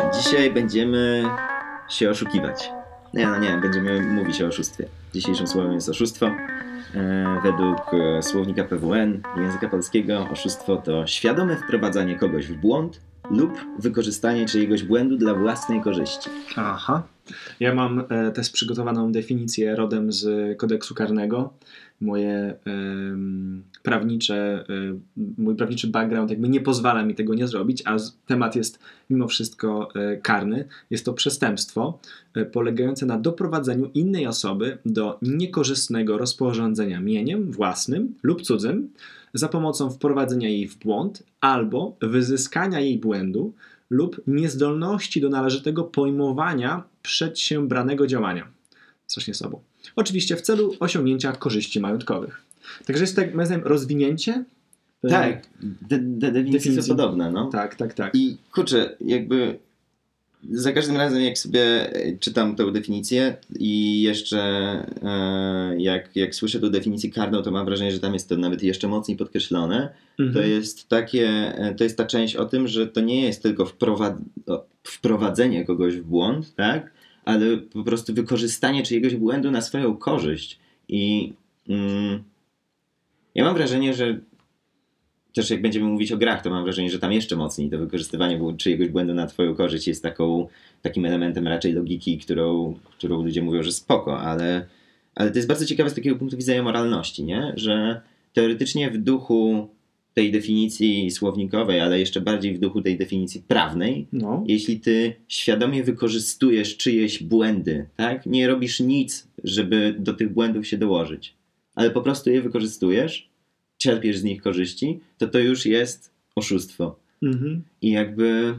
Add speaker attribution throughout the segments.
Speaker 1: Dzisiaj będziemy się oszukiwać. Nie, będziemy mówić o oszustwie. Dzisiejszym słowem jest oszustwo. Według słownika PWN języka polskiego oszustwo to świadome wprowadzanie kogoś w błąd lub wykorzystanie czyjegoś błędu dla własnej korzyści.
Speaker 2: Aha. Ja mam też przygotowaną definicję rodem z kodeksu karnego. Mój prawniczy background jakby nie pozwala mi tego nie zrobić, a temat jest mimo wszystko karny. Jest to przestępstwo polegające na doprowadzeniu innej osoby do niekorzystnego rozporządzenia mieniem własnym lub cudzym za pomocą wprowadzenia jej w błąd albo wyzyskania jej błędu lub niezdolności do należytego pojmowania przedsiębranego działania. Strasznie słabo. Oczywiście w celu osiągnięcia korzyści majątkowych. Także jest tak, moim zdaniem, rozwinięcie.
Speaker 1: Tak, definicje są podobne, no.
Speaker 2: Tak.
Speaker 1: I kurczę, jakby za każdym razem jak sobie czytam tę definicję i jeszcze jak słyszę tę definicję karną, to mam wrażenie, że tam jest to nawet jeszcze mocniej podkreślone. To jest ta część o tym, że to nie jest tylko wprowadzenie kogoś w błąd, tak? Ale po prostu wykorzystanie czyjegoś błędu na swoją korzyść. I ja mam wrażenie, że też jak będziemy mówić o grach, to mam wrażenie, że tam jeszcze mocniej to wykorzystywanie czyjegoś błędu na twoją korzyść jest takim elementem raczej logiki, którą ludzie mówią, że spoko, ale to jest bardzo ciekawe z takiego punktu widzenia moralności, nie? Że teoretycznie w duchu tej definicji słownikowej, ale jeszcze bardziej w duchu tej definicji prawnej, jeśli ty świadomie wykorzystujesz czyjeś błędy, tak? Nie robisz nic, żeby do tych błędów się dołożyć, ale po prostu je wykorzystujesz, czerpiesz z nich korzyści, to już jest oszustwo. I jakby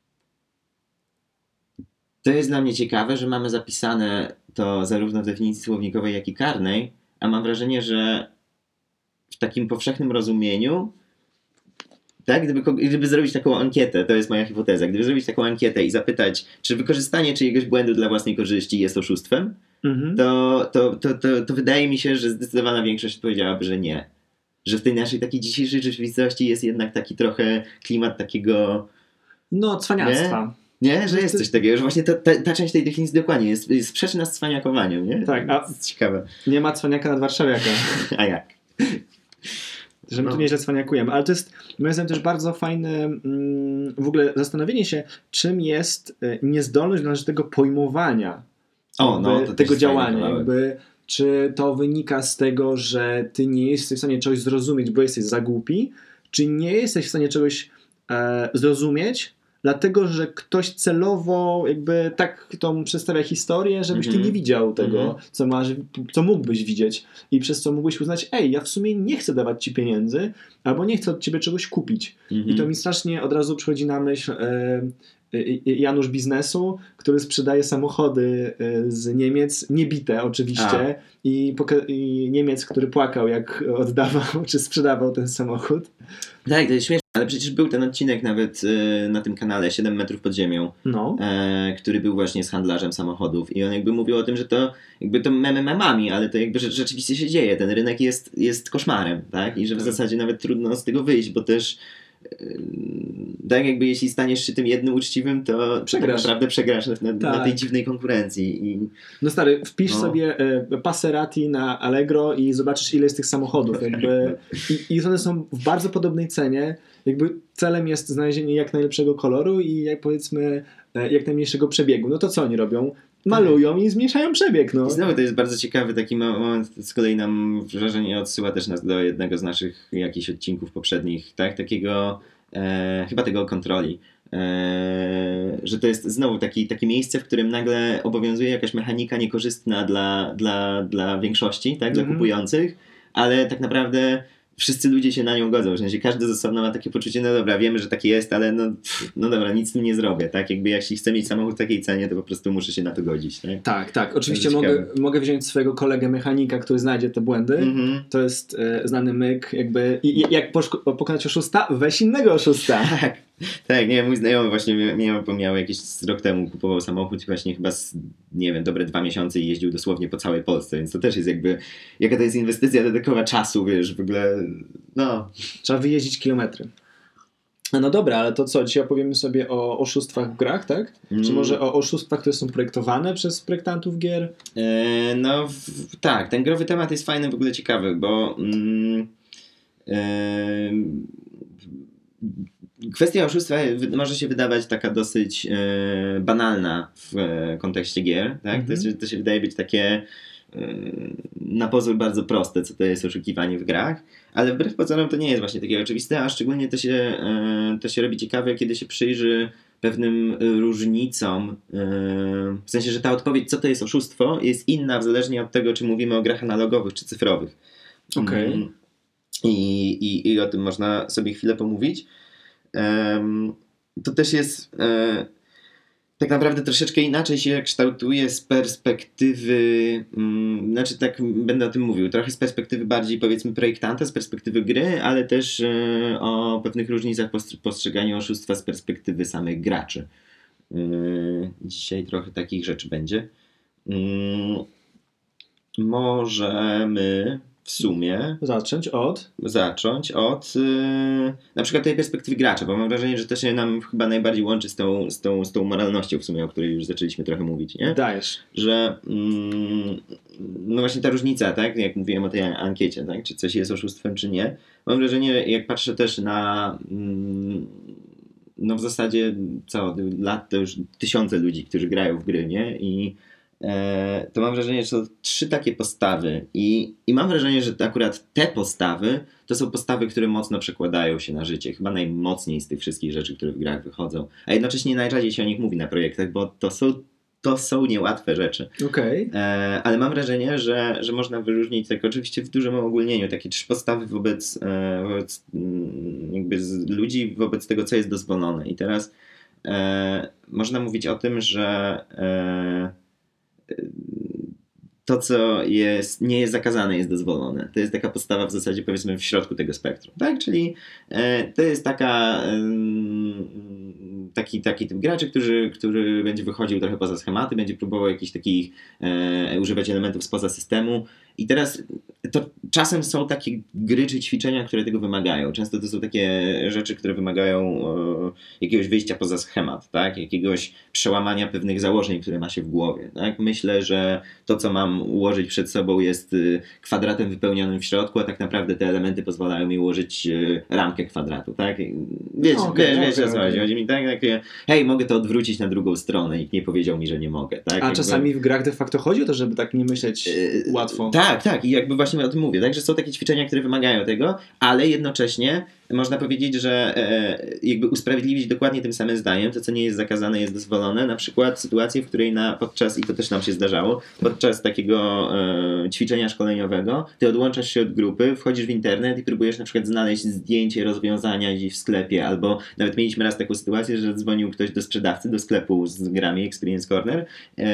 Speaker 1: to jest dla mnie ciekawe, że mamy zapisane to zarówno w definicji słownikowej, jak i karnej, a mam wrażenie, że w takim powszechnym rozumieniu, tak, gdyby zrobić taką ankietę, to jest moja hipoteza, gdyby zrobić taką ankietę i zapytać, czy wykorzystanie czyjegoś błędu dla własnej korzyści jest oszustwem, to wydaje mi się, że zdecydowana większość powiedziałaby, że nie. Że w tej naszej takiej dzisiejszej rzeczywistości jest jednak taki trochę klimat takiego...
Speaker 2: cwaniactwa.
Speaker 1: Nie? Że jest coś takiego, że właśnie ta część tej definicji dokładnie jest sprzeczna z cwaniakowaniem, nie?
Speaker 2: Tak,
Speaker 1: to jest ciekawe.
Speaker 2: Nie ma cwaniaka nad warszawiaka.
Speaker 1: A jak?
Speaker 2: Że my tu nieźle cwaniakujemy. Ale to jest, moim zdaniem, też bardzo fajne w ogóle zastanowienie się, czym jest niezdolność do należytego pojmowania tego działania. Czy to wynika z tego, że ty nie jesteś w stanie czegoś zrozumieć, bo jesteś za głupi, czy nie jesteś w stanie czegoś zrozumieć, dlatego, że ktoś celowo jakby tak tą przedstawia historię, żebyś ty nie widział tego, co mógłbyś widzieć i przez co mógłbyś uznać, ja w sumie nie chcę dawać ci pieniędzy, albo nie chcę od ciebie czegoś kupić. I to mi strasznie od razu przychodzi na myśl Janusz Biznesu, który sprzedaje samochody z Niemiec, niebite oczywiście, i Niemiec, który płakał, jak oddawał czy sprzedawał ten samochód.
Speaker 1: Tak, to jest śmieszne, ale przecież był ten odcinek nawet na tym kanale 7 metrów pod ziemią, który był właśnie z handlarzem samochodów i on jakby mówił o tym, że to jakby to memami, ale to jakby rzeczywiście się dzieje, ten rynek jest koszmarem, tak? I że w zasadzie nawet trudno z tego wyjść, bo też tak jakby jeśli staniesz się tym jednym uczciwym, to tak naprawdę przegrasz na tej dziwnej konkurencji.
Speaker 2: No stary, wpisz sobie Passerati na Allegro i zobaczysz, ile jest tych samochodów. Jakby, i one są w bardzo podobnej cenie. Jakby celem jest znalezienie jak najlepszego koloru i jak najmniejszego przebiegu. No to co oni robią? Malują i zmniejszają przebieg.
Speaker 1: I znowu to jest bardzo ciekawy taki moment, z kolei nam wrażenie odsyła też nas do jednego z naszych jakichś odcinków poprzednich, tak? Takiego, chyba tego o kontroli, że to jest znowu takie miejsce, w którym nagle obowiązuje jakaś mechanika niekorzystna dla większości, tak? Dla kupujących, ale tak naprawdę wszyscy ludzie się na nią godzą, w sensie każdy z osobna ma takie poczucie, no dobra, wiemy, że taki jest, ale no dobra, nic z tym nie zrobię, tak? Jakby jeśli chcę mieć samochód w takiej cenie, to po prostu muszę się na to godzić, tak?
Speaker 2: Tak. Oczywiście mogę wziąć swojego kolegę mechanika, który znajdzie te błędy. To jest znany myk, jakby jak pokonać oszusta? Weź innego oszusta.
Speaker 1: Tak, nie, mój znajomy właśnie miał jakiś rok temu, kupował samochód i właśnie chyba dobre 2 miesiące i jeździł dosłownie po całej Polsce, więc to też jest jakby, jaka to jest inwestycja dodatkowa czasu, wiesz, w ogóle,
Speaker 2: Trzeba wyjeździć kilometry. No dobra, ale to co? Dzisiaj opowiemy sobie o oszustwach w grach, tak? Czy może o oszustwach, które są projektowane przez projektantów gier?
Speaker 1: Tak, ten growy temat jest fajny, w ogóle ciekawy, bo kwestia oszustwa może się wydawać taka dosyć banalna w kontekście gier, tak? To się wydaje być takie na pozór bardzo proste, co to jest oszukiwanie w grach, ale wbrew pozorom to nie jest właśnie takie oczywiste, a szczególnie to się robi ciekawe, kiedy się przyjrzy pewnym różnicom, w sensie, że ta odpowiedź, co to jest oszustwo, jest inna zależnie od tego, czy mówimy o grach analogowych, czy cyfrowych.
Speaker 2: Okej.
Speaker 1: I o tym można sobie chwilę pomówić. To też jest tak naprawdę troszeczkę inaczej się kształtuje z perspektywy, znaczy tak będę o tym mówił, trochę z perspektywy bardziej powiedzmy projektanta, z perspektywy gry, ale też o pewnych różnicach postrzegania oszustwa z perspektywy samych graczy. Dzisiaj trochę takich rzeczy będzie. Możemy w sumie zacząć od na przykład tej perspektywy gracza, bo mam wrażenie, że to się nam chyba najbardziej łączy z tą moralnością w sumie, o której już zaczęliśmy trochę mówić, nie?
Speaker 2: Dajesz.
Speaker 1: Że no właśnie ta różnica, tak? Jak mówiłem o tej ankiecie, tak? Czy coś jest oszustwem, czy nie. Mam wrażenie, jak patrzę też na no w zasadzie lat to już tysiące ludzi, którzy grają w gry, nie? I to mam wrażenie, że są 3 takie postawy i mam wrażenie, że akurat te postawy to są postawy, które mocno przekładają się na życie. Chyba najmocniej z tych wszystkich rzeczy, które w grach wychodzą. A jednocześnie najrzadziej się o nich mówi na projektach, bo to są niełatwe rzeczy.
Speaker 2: Okej.
Speaker 1: Ale mam wrażenie, że można wyróżnić tak oczywiście w dużym ogólnieniu takie 3 postawy wobec jakby ludzi wobec tego, co jest dozwolone. I teraz można mówić o tym, że to, co nie jest zakazane, jest dozwolone. To jest taka postawa w zasadzie powiedzmy w środku tego spektrum. Tak? Czyli to jest taki typ graczy, który będzie wychodził trochę poza schematy, będzie próbował jakichś takich używać elementów spoza systemu. I teraz to czasem są takie gry czy ćwiczenia, które tego wymagają. Często to są takie rzeczy, które wymagają jakiegoś wyjścia poza schemat, tak? Jakiegoś przełamania pewnych założeń, które ma się w głowie. Tak? Myślę, że to, co mam ułożyć przed sobą, jest kwadratem wypełnionym w środku, a tak naprawdę te elementy pozwalają mi ułożyć ramkę kwadratu. Tak? Wiesz, o co chodzi. Chodzi mi tak, hej, mogę to odwrócić na drugą stronę. Nikt nie powiedział mi, że nie mogę. Tak?
Speaker 2: A czasami w grach de facto chodzi o to, żeby tak nie myśleć łatwo.
Speaker 1: Tak. I jakby właśnie o tym mówię. Tak? Że są takie ćwiczenia, które wymagają tego, ale jednocześnie można powiedzieć, że jakby usprawiedliwić dokładnie tym samym zdaniem, to co nie jest zakazane jest dozwolone, na przykład sytuację, w której podczas, i to też nam się zdarzało, podczas takiego ćwiczenia szkoleniowego, ty odłączasz się od grupy, wchodzisz w internet i próbujesz na przykład znaleźć zdjęcie rozwiązania gdzieś w sklepie, albo nawet mieliśmy raz taką sytuację, że dzwonił ktoś do sprzedawcy, do sklepu z grami Experience Corner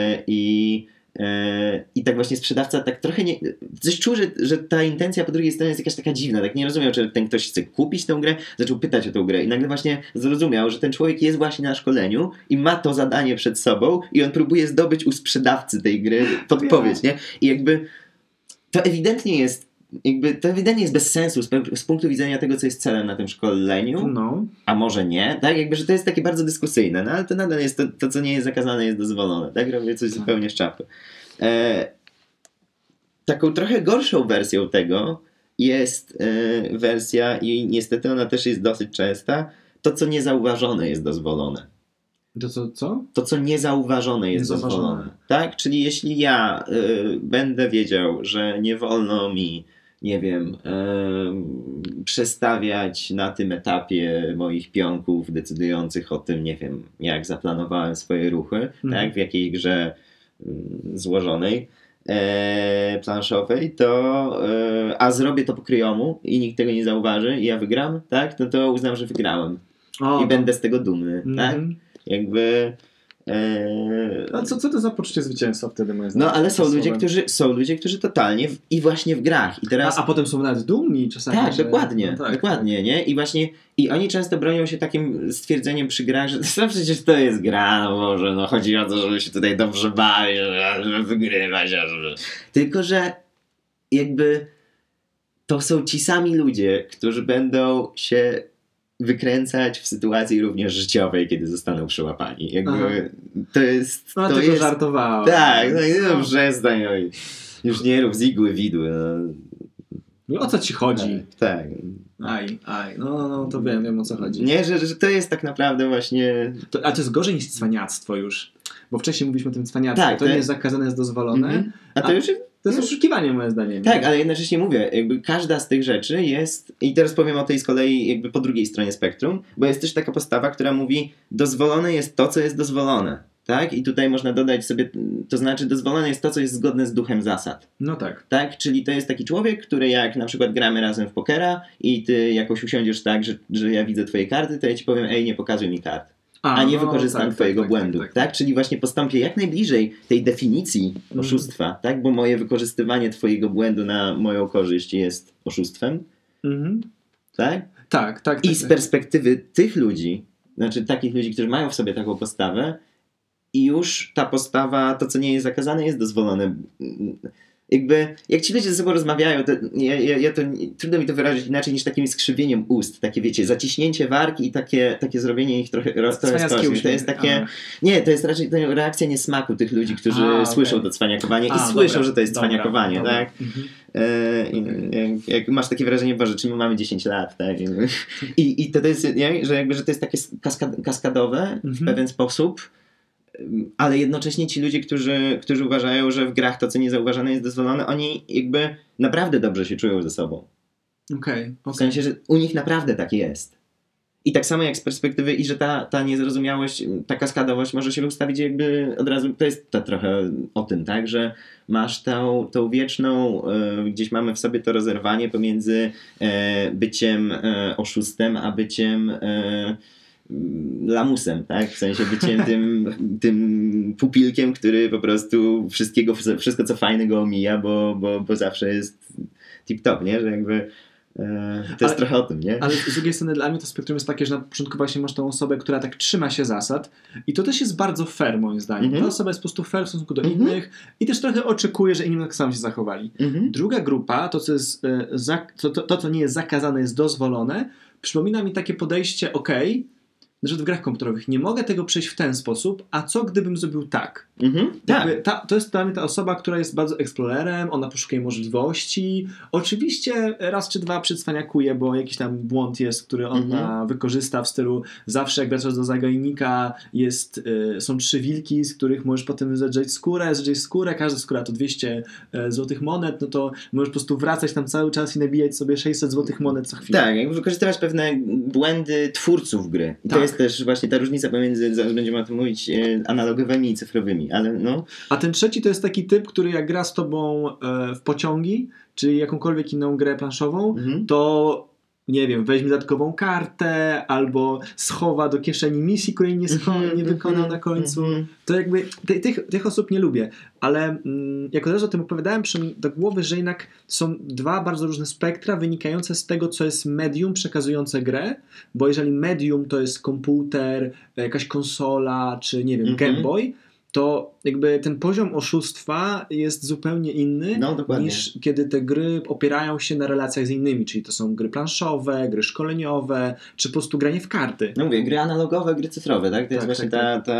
Speaker 1: i tak właśnie sprzedawca tak trochę nie... Coś czuł, że ta intencja po drugiej stronie jest jakaś taka dziwna, tak nie rozumiał, czy ten ktoś chce kupić tę grę, zaczął pytać o tę grę i nagle właśnie zrozumiał, że ten człowiek jest właśnie na szkoleniu i ma to zadanie przed sobą i on próbuje zdobyć u sprzedawcy tej gry podpowiedź, nie? I jakby to ewidentnie jest bez sensu z punktu widzenia tego, co jest celem na tym szkoleniu, a może nie, tak? Jakby, że to jest takie bardzo dyskusyjne, no ale to nadal jest to co nie jest zakazane, jest dozwolone, tak? Robię coś zupełnie z czapy. Taką trochę gorszą wersją tego jest wersja i niestety ona też jest dosyć częsta, to co niezauważone jest dozwolone.
Speaker 2: Co?
Speaker 1: To, co niezauważone jest dozwolone. Tak? Czyli jeśli ja będę wiedział, że nie wolno mi, nie wiem, przestawiać na tym etapie moich pionków decydujących o tym, nie wiem, jak zaplanowałem swoje ruchy, tak? W jakiejś grze złożonej, planszowej, a zrobię to po kryjomu i nikt tego nie zauważy i ja wygram, tak? No to uznam, że wygrałem. I będę z tego dumny, tak? Jakby...
Speaker 2: A co to za poczucie zwycięstwa wtedy, moje zdaniem?
Speaker 1: No ale są ludzie, którzy totalnie i właśnie w grach. I teraz...
Speaker 2: a potem są nawet dumni czasami.
Speaker 1: Tak, dokładnie, nie? I właśnie oni często bronią się takim stwierdzeniem przy grach, że no przecież to jest gra, no może, no chodzi o to, żeby się tutaj dobrze bawić, żeby wygrywać, Tylko, że jakby to są ci sami ludzie, którzy będą się wykręcać w sytuacji również życiowej, kiedy zostaną przyłapani. Jakby to jest...
Speaker 2: No,
Speaker 1: to
Speaker 2: tylko
Speaker 1: jest...
Speaker 2: żartowałem.
Speaker 1: Tak, no przestań. No, już nie rób z igły widły. No.
Speaker 2: No, o co ci chodzi?
Speaker 1: Tak.
Speaker 2: No, to wiem o co chodzi.
Speaker 1: Nie, że to jest tak naprawdę właśnie...
Speaker 2: A to jest gorzej niż cwaniactwo już. Bo wcześniej mówiliśmy o tym cwaniactwie.
Speaker 1: Tak,
Speaker 2: to nie jest zakazane, jest dozwolone.
Speaker 1: A to już jest...
Speaker 2: To jest oszukiwanie moim zdaniem.
Speaker 1: Tak, ale jednocześnie mówię, jakby każda z tych rzeczy jest, i teraz powiem o tej z kolei jakby po drugiej stronie spektrum, bo jest też taka postawa, która mówi, dozwolone jest to, co jest dozwolone, tak? I tutaj można dodać sobie, to znaczy dozwolone jest to, co jest zgodne z duchem zasad.
Speaker 2: No tak.
Speaker 1: Tak? Czyli to jest taki człowiek, który jak na przykład gramy razem w pokera i ty jakoś usiądziesz tak, że ja widzę twoje karty, to ja ci powiem, ej, nie pokazuj mi kart. A nie wykorzystam twojego błędu, tak? Czyli właśnie postąpię jak najbliżej tej definicji oszustwa, tak? Bo moje wykorzystywanie twojego błędu na moją korzyść jest oszustwem, tak?
Speaker 2: Tak.
Speaker 1: I z perspektywy tych ludzi, znaczy takich ludzi, którzy mają w sobie taką postawę i już ta postawa, to co nie jest zakazane, jest dozwolone. Jakby, jak ci ludzie ze sobą rozmawiają, to trudno mi to wyrazić inaczej niż takim skrzywieniem ust. Takie, wiecie, zaciśnięcie warg i takie zrobienie ich trochę roztośnie. To jest takie... Nie, to jest raczej reakcja niesmaku tych ludzi, którzy słyszą to cwaniakowanie i słyszą, że to jest cwaniakowanie, tak? Jak masz takie wrażenie, Boże, czy my mamy 10 lat, tak? I to jest, nie? Że to jest takie kaskadowe w pewien sposób, ale jednocześnie ci ludzie, którzy uważają, że w grach to, co niezauważone, jest dozwolone, oni jakby naprawdę dobrze się czują ze sobą.
Speaker 2: Okay.
Speaker 1: W sensie, że u nich naprawdę tak jest. I tak samo jak z perspektywy i że ta niezrozumiałość, ta kaskadowość może się ustawić jakby od razu, to jest to trochę o tym, tak, że masz tą wieczną, gdzieś mamy w sobie to rozerwanie pomiędzy byciem oszustem, a byciem lamusem, tak? W sensie byciem tym pupilkiem, który po prostu wszystko co fajne go omija, bo zawsze jest tip-top, nie? Że jakby to jest trochę o tym, nie?
Speaker 2: Ale z drugiej strony dla mnie to spektrum jest takie, że na początku właśnie masz tą osobę, która tak trzyma się zasad i to też jest bardzo fair moim zdaniem. Ta osoba jest po prostu fair w stosunku do innych i też trochę oczekuje, że inni tak samo się zachowali. Druga grupa, to co jest to co nie jest zakazane, jest dozwolone, przypomina mi takie podejście, że w grach komputerowych nie mogę tego przejść w ten sposób, a co gdybym zrobił tak? To jest dla mnie ta osoba, która jest bardzo eksplorerem, ona poszukuje możliwości. Oczywiście raz czy dwa przycwaniakuje, bo jakiś tam błąd jest, który ona wykorzysta w stylu zawsze jak wracasz do zagajnika są 3 wilki, z których możesz potem zedrzeć skórę, każda skóra to 200 złotych monet, no to możesz po prostu wracać tam cały czas i nabijać sobie 600 złotych monet co chwilę.
Speaker 1: Tak, jakby wykorzystywać pewne błędy twórców gry. I to jest też właśnie ta różnica pomiędzy, zaraz będziemy o tym mówić, analogowymi i cyfrowymi, ale no.
Speaker 2: A ten trzeci to jest taki typ, który jak gra z tobą w pociągi, czy jakąkolwiek inną grę planszową, to nie wiem, weźmie dodatkową kartę albo schowa do kieszeni misji, której nie wykonał na końcu. To jakby tych osób nie lubię, ale jak od razu o tym opowiadałem, przyszło mi do głowy, że jednak są 2 bardzo różne spektra wynikające z tego, co jest medium przekazujące grę, bo jeżeli medium to jest komputer, jakaś konsola, czy nie wiem, Game Boy, to jakby ten poziom oszustwa jest zupełnie inny niż kiedy te gry opierają się na relacjach z innymi, czyli to są gry planszowe, gry szkoleniowe, czy po prostu granie w karty.
Speaker 1: No mówię, gry analogowe, gry cyfrowe, tak? To jest właśnie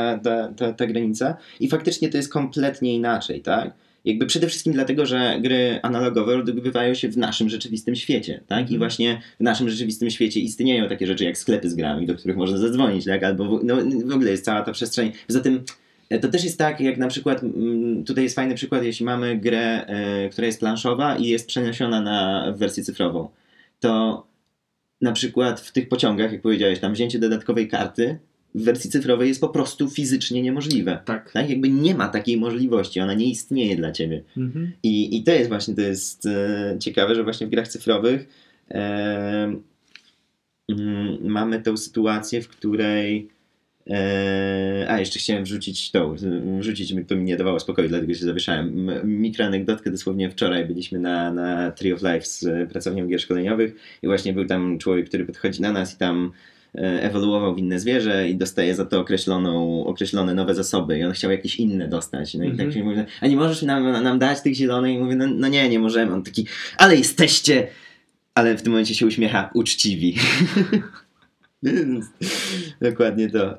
Speaker 1: ta granica i faktycznie to jest kompletnie inaczej, tak? Jakby przede wszystkim dlatego, że gry analogowe odbywają się w naszym rzeczywistym świecie, tak? I właśnie w naszym rzeczywistym świecie istnieją takie rzeczy jak sklepy z grami, do których można zadzwonić, tak? Albo w ogóle jest cała ta przestrzeń. Poza tym to też jest tak, jak na przykład, tutaj jest fajny przykład, jeśli mamy grę, która jest planszowa i jest przeniesiona na wersję cyfrową, to na przykład w tych pociągach, jak powiedziałeś, tam wzięcie dodatkowej karty w wersji cyfrowej jest po prostu fizycznie niemożliwe.
Speaker 2: Tak.
Speaker 1: Jakby nie ma takiej możliwości, ona nie istnieje dla ciebie. I to jest właśnie, ciekawe, że właśnie w grach cyfrowych mamy tę sytuację, w której jeszcze chciałem wrzucić, to mi nie dawało spokoju, dlatego się zawieszałem. Mikroanegdotkę, dosłownie wczoraj byliśmy na Tree of Life z pracownią gier szkoleniowych i właśnie był tam człowiek, który podchodzi na nas i tam ewoluował w inne zwierzę i dostaje za to określone nowe zasoby i on chciał jakieś inne dostać. No i tak się mówi, a nie możesz nam dać tych zielonych? I mówię, no nie możemy. On taki, ale jesteście, ale w tym momencie się uśmiecha, uczciwi. Dokładnie to.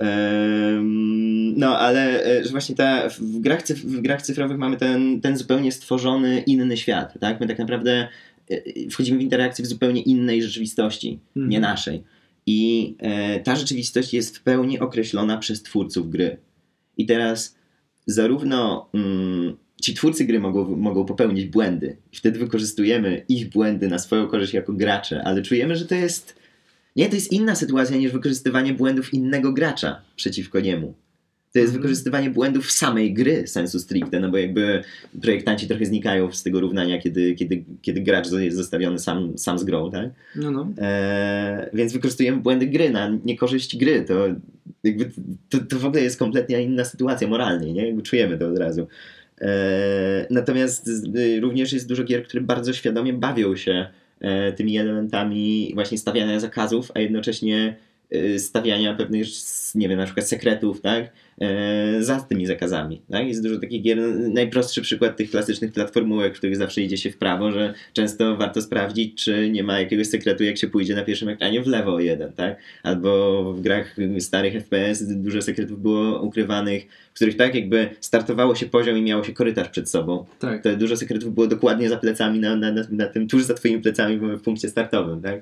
Speaker 1: No, ale że właśnie w grach cyfrowych mamy ten zupełnie stworzony inny świat, tak? My tak naprawdę wchodzimy w interakcję w zupełnie innej rzeczywistości, nie naszej. I ta rzeczywistość jest w pełni określona przez twórców gry. I teraz zarówno ci twórcy gry mogą popełnić błędy i wtedy wykorzystujemy ich błędy na swoją korzyść jako gracze, ale czujemy, że to jest inna sytuacja niż wykorzystywanie błędów innego gracza przeciwko niemu. To jest wykorzystywanie błędów samej gry sensu stricte, no bo jakby projektanci trochę znikają z tego równania, kiedy gracz jest zostawiony sam z grą, tak? Więc wykorzystujemy błędy gry na niekorzyść gry. To w ogóle jest kompletnie inna sytuacja moralnie, nie? Jakby czujemy to od razu. Natomiast również jest dużo gier, które bardzo świadomie bawią się tymi elementami właśnie stawiania zakazów, a jednocześnie stawiania pewnych, nie wiem, na przykład sekretów, tak? Za tymi zakazami. Tak? Jest dużo takich gier, najprostszy przykład tych klasycznych platformówek, w których zawsze idzie się w prawo, że często warto sprawdzić, czy nie ma jakiegoś sekretu, jak się pójdzie na pierwszym ekranie w lewo o jeden, tak? Albo w grach starych FPS dużo sekretów było ukrywanych, w których tak jakby startowało się poziom i miało się korytarz przed sobą.
Speaker 2: Tak.
Speaker 1: To dużo sekretów było dokładnie za plecami, na tym, tuż za twoimi plecami w punkcie startowym, tak?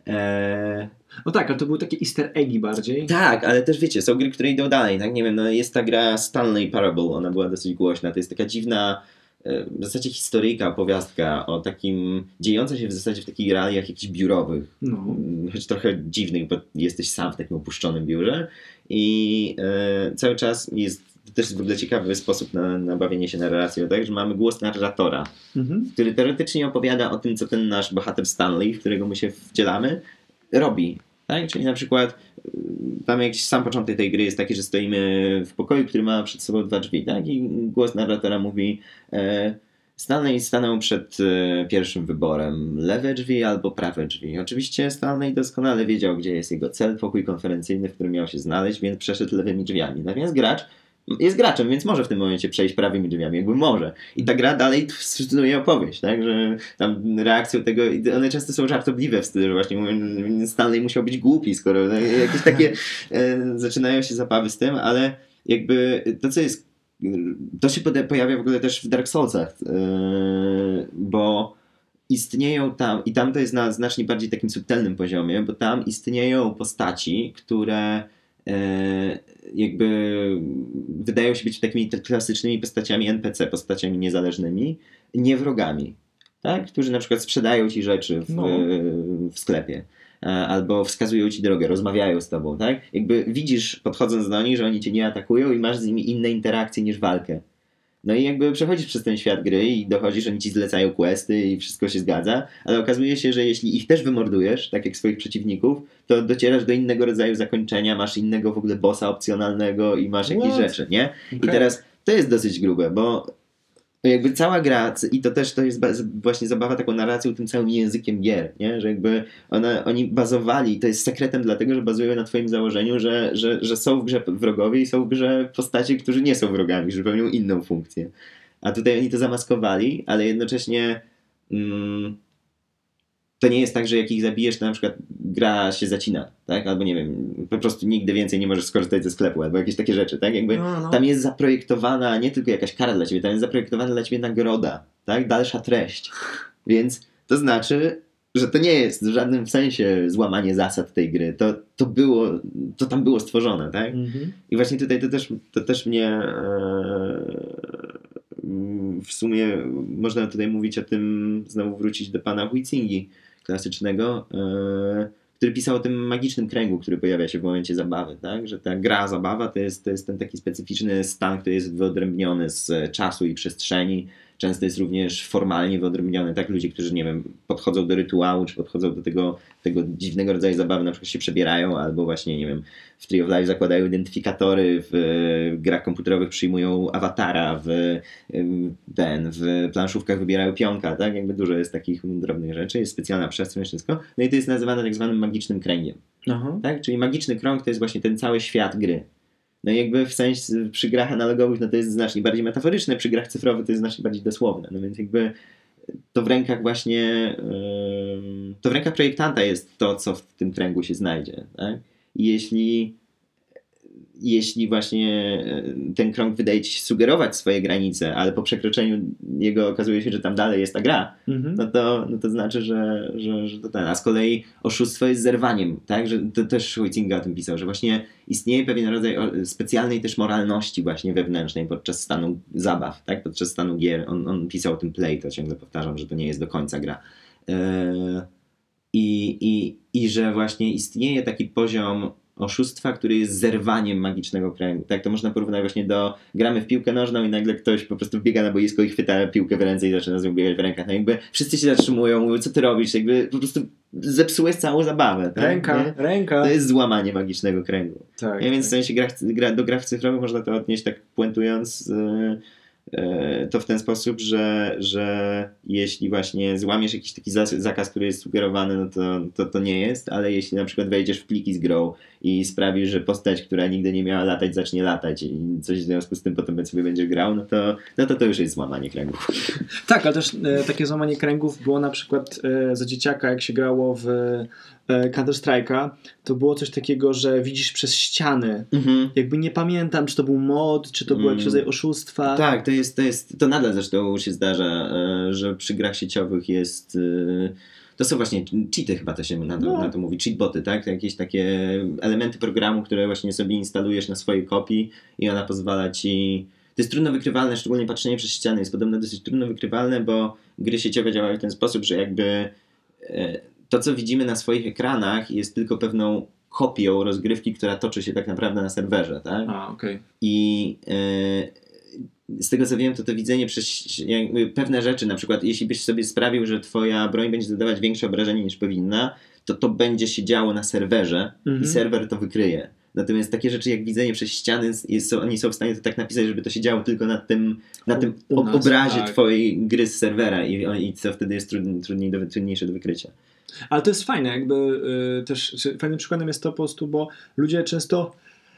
Speaker 2: No tak, ale to były takie easter eggi bardziej.
Speaker 1: Tak, ale też wiecie, są gry, które idą dalej, tak? Nie wiem, no jest ta gra Stanley Parable, ona była dosyć głośna, to jest taka dziwna w zasadzie historyjka, opowiastka o takim, dziejąca się w zasadzie w takich realiach jakichś biurowych, choć trochę dziwnych, bo jesteś sam w takim opuszczonym biurze i cały czas jest, to też jest w ogóle ciekawy sposób na bawienie się narracją, tak? Że mamy głos narratora, który teoretycznie opowiada o tym, co ten nasz bohater Stanley, w którego my się wcielamy, robi. Tak? Czyli na przykład tam jakiś sam początek tej gry jest taki, że stoimy w pokoju, który ma przed sobą 2 drzwi, tak? I głos narratora mówi Stanley stanął przed pierwszym wyborem, lewe drzwi albo prawe drzwi. Oczywiście Stanley doskonale wiedział, gdzie jest jego cel, pokój konferencyjny, w którym miał się znaleźć, więc przeszedł lewymi drzwiami. Natomiast gracz jest graczem, więc może w tym momencie przejść prawymi drzwiami, jakby może. I ta gra dalej stosuje opowieść, tak, że tam reakcją tego, one często są żartobliwe w stylu, że właśnie mówią, że Stanley musiał być głupi, skoro jakieś takie zaczynają się zabawy z tym, ale jakby to się pojawia w ogóle też w Dark Soulsach, bo istnieją tam, i tam to jest na znacznie bardziej takim subtelnym poziomie, bo tam istnieją postaci, które jakby wydają się być takimi klasycznymi postaciami NPC, postaciami niezależnymi, nie wrogami, tak? Którzy na przykład sprzedają ci rzeczy w sklepie, albo wskazują ci drogę, rozmawiają z tobą, tak? Jakby widzisz, podchodząc do nich, że oni cię nie atakują i masz z nimi inne interakcje niż walkę. No i jakby przechodzisz przez ten świat gry i dochodzisz, oni ci zlecają questy i wszystko się zgadza, ale okazuje się, że jeśli ich też wymordujesz, tak jak swoich przeciwników, to docierasz do innego rodzaju zakończenia, masz innego w ogóle bossa opcjonalnego i masz jakieś rzeczy, nie? Okay. I teraz to jest dosyć grube, bo jakby cała gra, i to jest właśnie zabawa taką narracją, tym całym językiem gier, nie? Że jakby oni bazowali, to jest sekretem dlatego, że bazują na twoim założeniu, że są w grze wrogowie i są w grze postacie, którzy nie są wrogami, że pełnią inną funkcję. A tutaj oni to zamaskowali, ale jednocześnie to nie jest tak, że jak ich zabijesz, to na przykład gra się zacina, tak? Albo nie wiem, po prostu nigdy więcej nie możesz skorzystać ze sklepu, albo jakieś takie rzeczy, tak? Jakby tam jest zaprojektowana nie tylko jakaś kara dla ciebie, tam jest zaprojektowana dla ciebie nagroda, tak? Dalsza treść. Więc to znaczy, że to nie jest w żadnym sensie złamanie zasad tej gry. To tam było stworzone, tak? I właśnie tutaj to też mnie w sumie można tutaj mówić o tym, znowu wrócić do pana Huizingi klasycznego, który pisał o tym magicznym kręgu, który pojawia się w momencie zabawy, tak? Że ta gra, zabawa to jest ten taki specyficzny stan, który jest wyodrębniony z czasu i przestrzeni. Często jest również formalnie wyodrębniony, tak? Ludzie, którzy, nie wiem, podchodzą do rytuału, czy podchodzą do tego dziwnego rodzaju zabawy, na przykład się przebierają, albo właśnie, nie wiem, w Tree of Life zakładają identyfikatory, w grach komputerowych przyjmują awatara, w planszówkach wybierają pionka, tak? Jakby dużo jest takich drobnych rzeczy, jest specjalna przestrzeń, wszystko. No i to jest nazywane tak zwanym magicznym kręgiem. Tak? Czyli magiczny krąg to jest właśnie ten cały świat gry. No i jakby w sensie przy grach analogowych no to jest znacznie bardziej metaforyczne, przy grach cyfrowych to jest znacznie bardziej dosłowne. No więc jakby to w rękach właśnie to w rękach projektanta jest to, co w tym kręgu się znajdzie. Tak? jeśli właśnie ten krąg wydaje ci się sugerować swoje granice, ale po przekroczeniu jego okazuje się, że tam dalej jest ta gra, no to znaczy, że to ten. A z kolei oszustwo jest zerwaniem, tak? Że to też Huizinga o tym pisał, że właśnie istnieje pewien rodzaj specjalnej też moralności właśnie wewnętrznej podczas stanu zabaw, tak? Podczas stanu gier. On pisał o tym play, to ciągle powtarzam, że to nie jest do końca gra. I że właśnie istnieje taki poziom oszustwa, który jest zerwaniem magicznego kręgu. Tak, to można porównać właśnie gramy w piłkę nożną i nagle ktoś po prostu biega na boisko i chwyta piłkę w ręce i zaczyna z nią biegać w rękach. No jakby wszyscy się zatrzymują, mówią, co ty robisz? Jakby po prostu zepsułeś całą zabawę. Tak?
Speaker 2: Ręka.
Speaker 1: To jest złamanie magicznego kręgu.
Speaker 2: Tak,
Speaker 1: więc w sensie do grach cyfrowych można to odnieść tak puentując to w ten sposób, że jeśli właśnie złamiesz jakiś taki zakaz, który jest sugerowany, no to nie jest, ale jeśli na przykład wejdziesz w pliki z grą i sprawisz, że postać, która nigdy nie miała latać, zacznie latać i coś w związku z tym potem sobie będzie grał, to już jest złamanie kręgów.
Speaker 2: Tak, ale też takie złamanie kręgów było na przykład za dzieciaka, jak się grało w Counter-Strike'a, to było coś takiego, że widzisz przez ściany. Jakby nie pamiętam, czy to był mod, czy to był jakiś rodzaj oszustwa.
Speaker 1: Tak, to nadal zresztą się zdarza, że przy grach sieciowych jest... To są właśnie cheaty, chyba to się na to mówi, cheatboty, tak? Jakieś takie elementy programu, które właśnie sobie instalujesz na swojej kopii i ona pozwala ci... To jest trudno wykrywalne, szczególnie patrzenie przez ściany jest podobno dosyć trudno wykrywalne, bo gry sieciowe działają w ten sposób, że jakby to, co widzimy na swoich ekranach, jest tylko pewną kopią rozgrywki, która toczy się tak naprawdę na serwerze, tak? I z tego co wiem, to widzenie przez pewne rzeczy, na przykład jeśli byś sobie sprawił, że twoja broń będzie zadawać większe obrażenie niż powinna, to będzie się działo na serwerze i serwer to wykryje. Natomiast takie rzeczy jak widzenie przez ściany, oni są w stanie to tak napisać, żeby to się działo tylko na tym obrazie twojej gry z serwera i co wtedy jest trudniejsze do wykrycia.
Speaker 2: Ale to jest fajne, jakby też fajnym przykładem jest to po prostu, bo ludzie często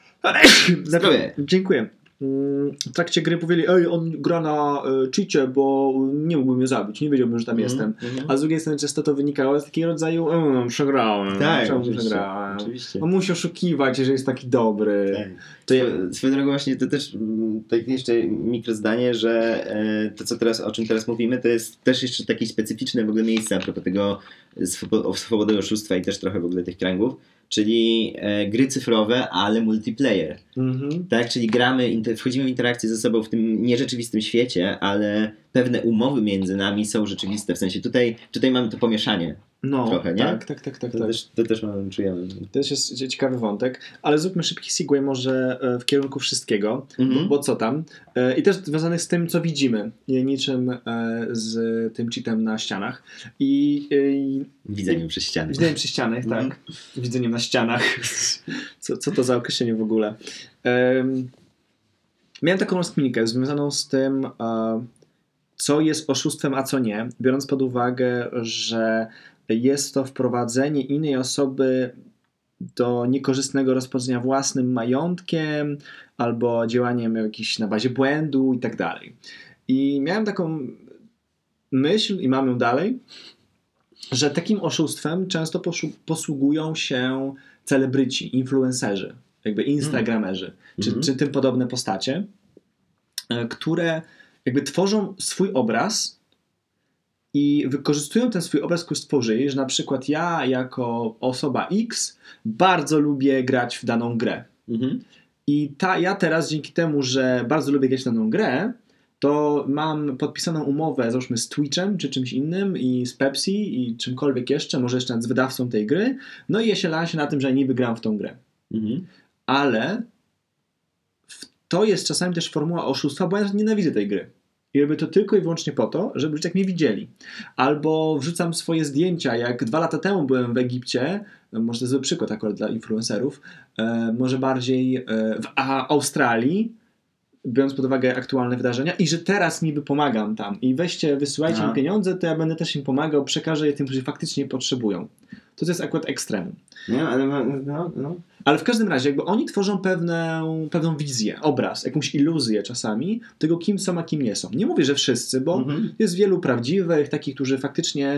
Speaker 2: dziękuję. W trakcie gry powiedzieli, on gra na cheacie, bo nie mógłbym mnie zabić, nie wiedziałbym, że tam jestem. A z drugiej strony często to wynikało z takiego rodzaju przegrałem.
Speaker 1: Tak, oczywiście.
Speaker 2: On musi oszukiwać, że jest taki dobry.
Speaker 1: Tak. Swoją drogą właśnie to też tak jeszcze mikrozdanie, że to o czym teraz mówimy, to jest też jeszcze takie specyficzne w ogóle miejsce a propos tego swobody oszustwa i też trochę w ogóle tych kręgów, czyli gry cyfrowe, ale multiplayer. Tak, czyli wchodzimy w interakcję ze sobą w tym nierzeczywistym świecie, ale pewne umowy między nami są rzeczywiste. W sensie tutaj mamy to pomieszanie. Trochę, nie?
Speaker 2: Tak.
Speaker 1: To też czujemy.
Speaker 2: To też jest ciekawy wątek, ale zróbmy szybki segway może w kierunku wszystkiego, bo co tam? I też związanych z tym, co widzimy, niczym z tym cheatem na ścianach.
Speaker 1: Widzeniem przez ściany.
Speaker 2: Widzeniem przez ściany, tak. Widzeniem na ścianach. Co to za określenie w ogóle? Miałem taką rozkminkę związaną z tym, co jest oszustwem, a co nie, biorąc pod uwagę, że jest to wprowadzenie innej osoby do niekorzystnego rozporządzenia własnym majątkiem albo działaniem jakiś na bazie błędu i tak dalej. I miałem taką myśl i mam ją dalej, że takim oszustwem często posługują się celebryci, influencerzy, jakby instagramerzy, czy tym podobne postacie, które jakby tworzą swój obraz i wykorzystują ten swój obraz, który stworzyli, że na przykład ja jako osoba X bardzo lubię grać w daną grę. I ja teraz dzięki temu, że bardzo lubię grać w daną grę, to mam podpisaną umowę załóżmy z Twitchem czy czymś innym i z Pepsi i czymkolwiek jeszcze, może jeszcze z wydawcą tej gry, no i ja się laję na tym, że niby gram w tą grę. Ale to jest czasami też formuła oszustwa, bo ja nienawidzę tej gry. I robię to tylko i wyłącznie po to, żeby ludzie tak mnie widzieli. Albo wrzucam swoje zdjęcia, jak 2 lata temu byłem w Egipcie, może to jest zły przykład akurat dla influencerów, może bardziej w Australii, biorąc pod uwagę aktualne wydarzenia i że teraz niby pomagam tam i wysyłajcie mi pieniądze, to ja będę też im pomagał, przekażę je tym, którzy faktycznie potrzebują. To jest akurat ekstremum. Ale w każdym razie jakby oni tworzą pewną wizję, obraz, jakąś iluzję czasami tego, kim są, a kim nie są. Nie mówię, że wszyscy, bo jest wielu prawdziwych, takich, którzy faktycznie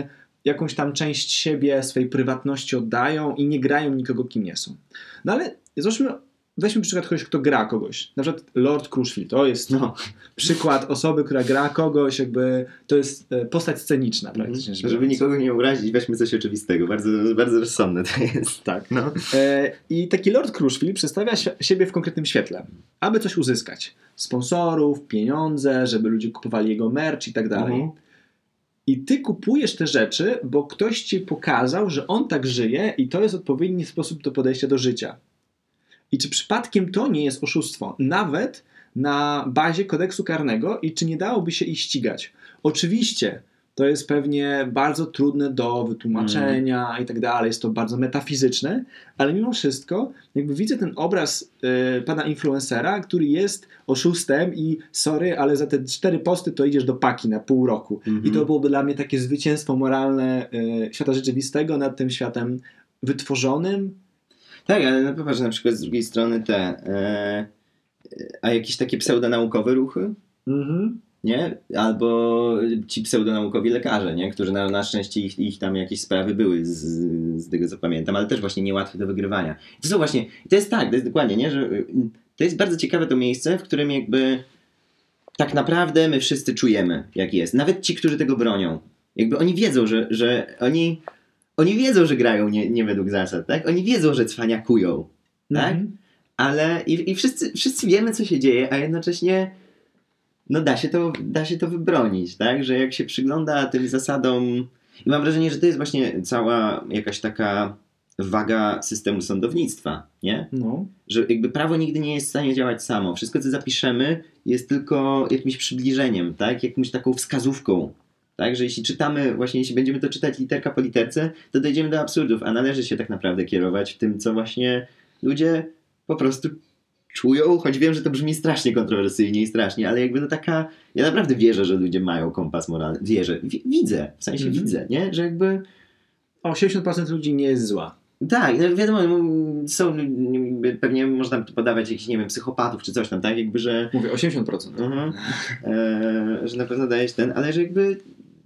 Speaker 2: jakąś tam część siebie, swojej prywatności oddają i nie grają nikogo, kim nie są. No ale weźmy przykład kogoś, kto gra kogoś. Na przykład Lord Crushfield. To jest przykład osoby, która gra kogoś, jakby to jest postać sceniczna praktycznie.
Speaker 1: Żeby nikogo nie urazić, weźmy coś oczywistego. Bardzo, bardzo rozsądne to jest.
Speaker 2: Tak. No. I taki Lord Crushfield przedstawia siebie w konkretnym świetle, aby coś uzyskać. Sponsorów, pieniądze, żeby ludzie kupowali jego merch i tak dalej. I ty kupujesz te rzeczy, bo ktoś ci pokazał, że on tak żyje i to jest odpowiedni sposób do podejścia do życia. I czy przypadkiem to nie jest oszustwo? Nawet na bazie kodeksu karnego i czy nie dałoby się ich ścigać? Oczywiście, to jest pewnie bardzo trudne do wytłumaczenia i tak dalej, jest to bardzo metafizyczne, ale mimo wszystko jakby widzę ten obraz pana influencera, który jest oszustem i sorry, ale za te 4 posty to idziesz do paki na pół roku. I to byłoby dla mnie takie zwycięstwo moralne świata rzeczywistego nad tym światem wytworzonym.
Speaker 1: Tak, ale no popatrz na przykład z drugiej strony a jakieś takie pseudonaukowe ruchy? Nie? Albo ci pseudonaukowi lekarze, nie? Którzy na szczęście ich tam jakieś sprawy były z tego co pamiętam, ale też właśnie niełatwe do wygrywania. To są właśnie, to jest dokładnie, nie? Że to jest bardzo ciekawe to miejsce, w którym jakby tak naprawdę my wszyscy czujemy, jak jest. Nawet ci, którzy tego bronią. Jakby oni wiedzą, że oni wiedzą, że grają nie według zasad, tak? Oni wiedzą, że cwaniakują, tak? Ale i wszyscy wiemy, co się dzieje, a jednocześnie no da się to wybronić, tak? Że jak się przygląda tym zasadom i mam wrażenie, że to jest właśnie cała jakaś taka waga systemu sądownictwa, nie?
Speaker 2: No.
Speaker 1: Że jakby prawo nigdy nie jest w stanie działać samo. Wszystko, co zapiszemy, jest tylko jakimś przybliżeniem, tak? Jakąś taką wskazówką. Tak, że jeśli będziemy to czytać literka po literce, to dojdziemy do absurdów, a należy się tak naprawdę kierować w tym, co właśnie ludzie po prostu czują, choć wiem, że to brzmi strasznie kontrowersyjnie i strasznie, ale jakby ja naprawdę wierzę, że ludzie mają kompas moralny. Wierzę, widzę, w sensie widzę, nie? Że jakby
Speaker 2: 80% ludzi nie jest zła.
Speaker 1: Tak, no wiadomo, są, pewnie można podawać jakichś, nie wiem, psychopatów czy coś tam, tak? Jakby, że...
Speaker 2: Mówię 80%.
Speaker 1: Że na pewno dajesz ale że jakby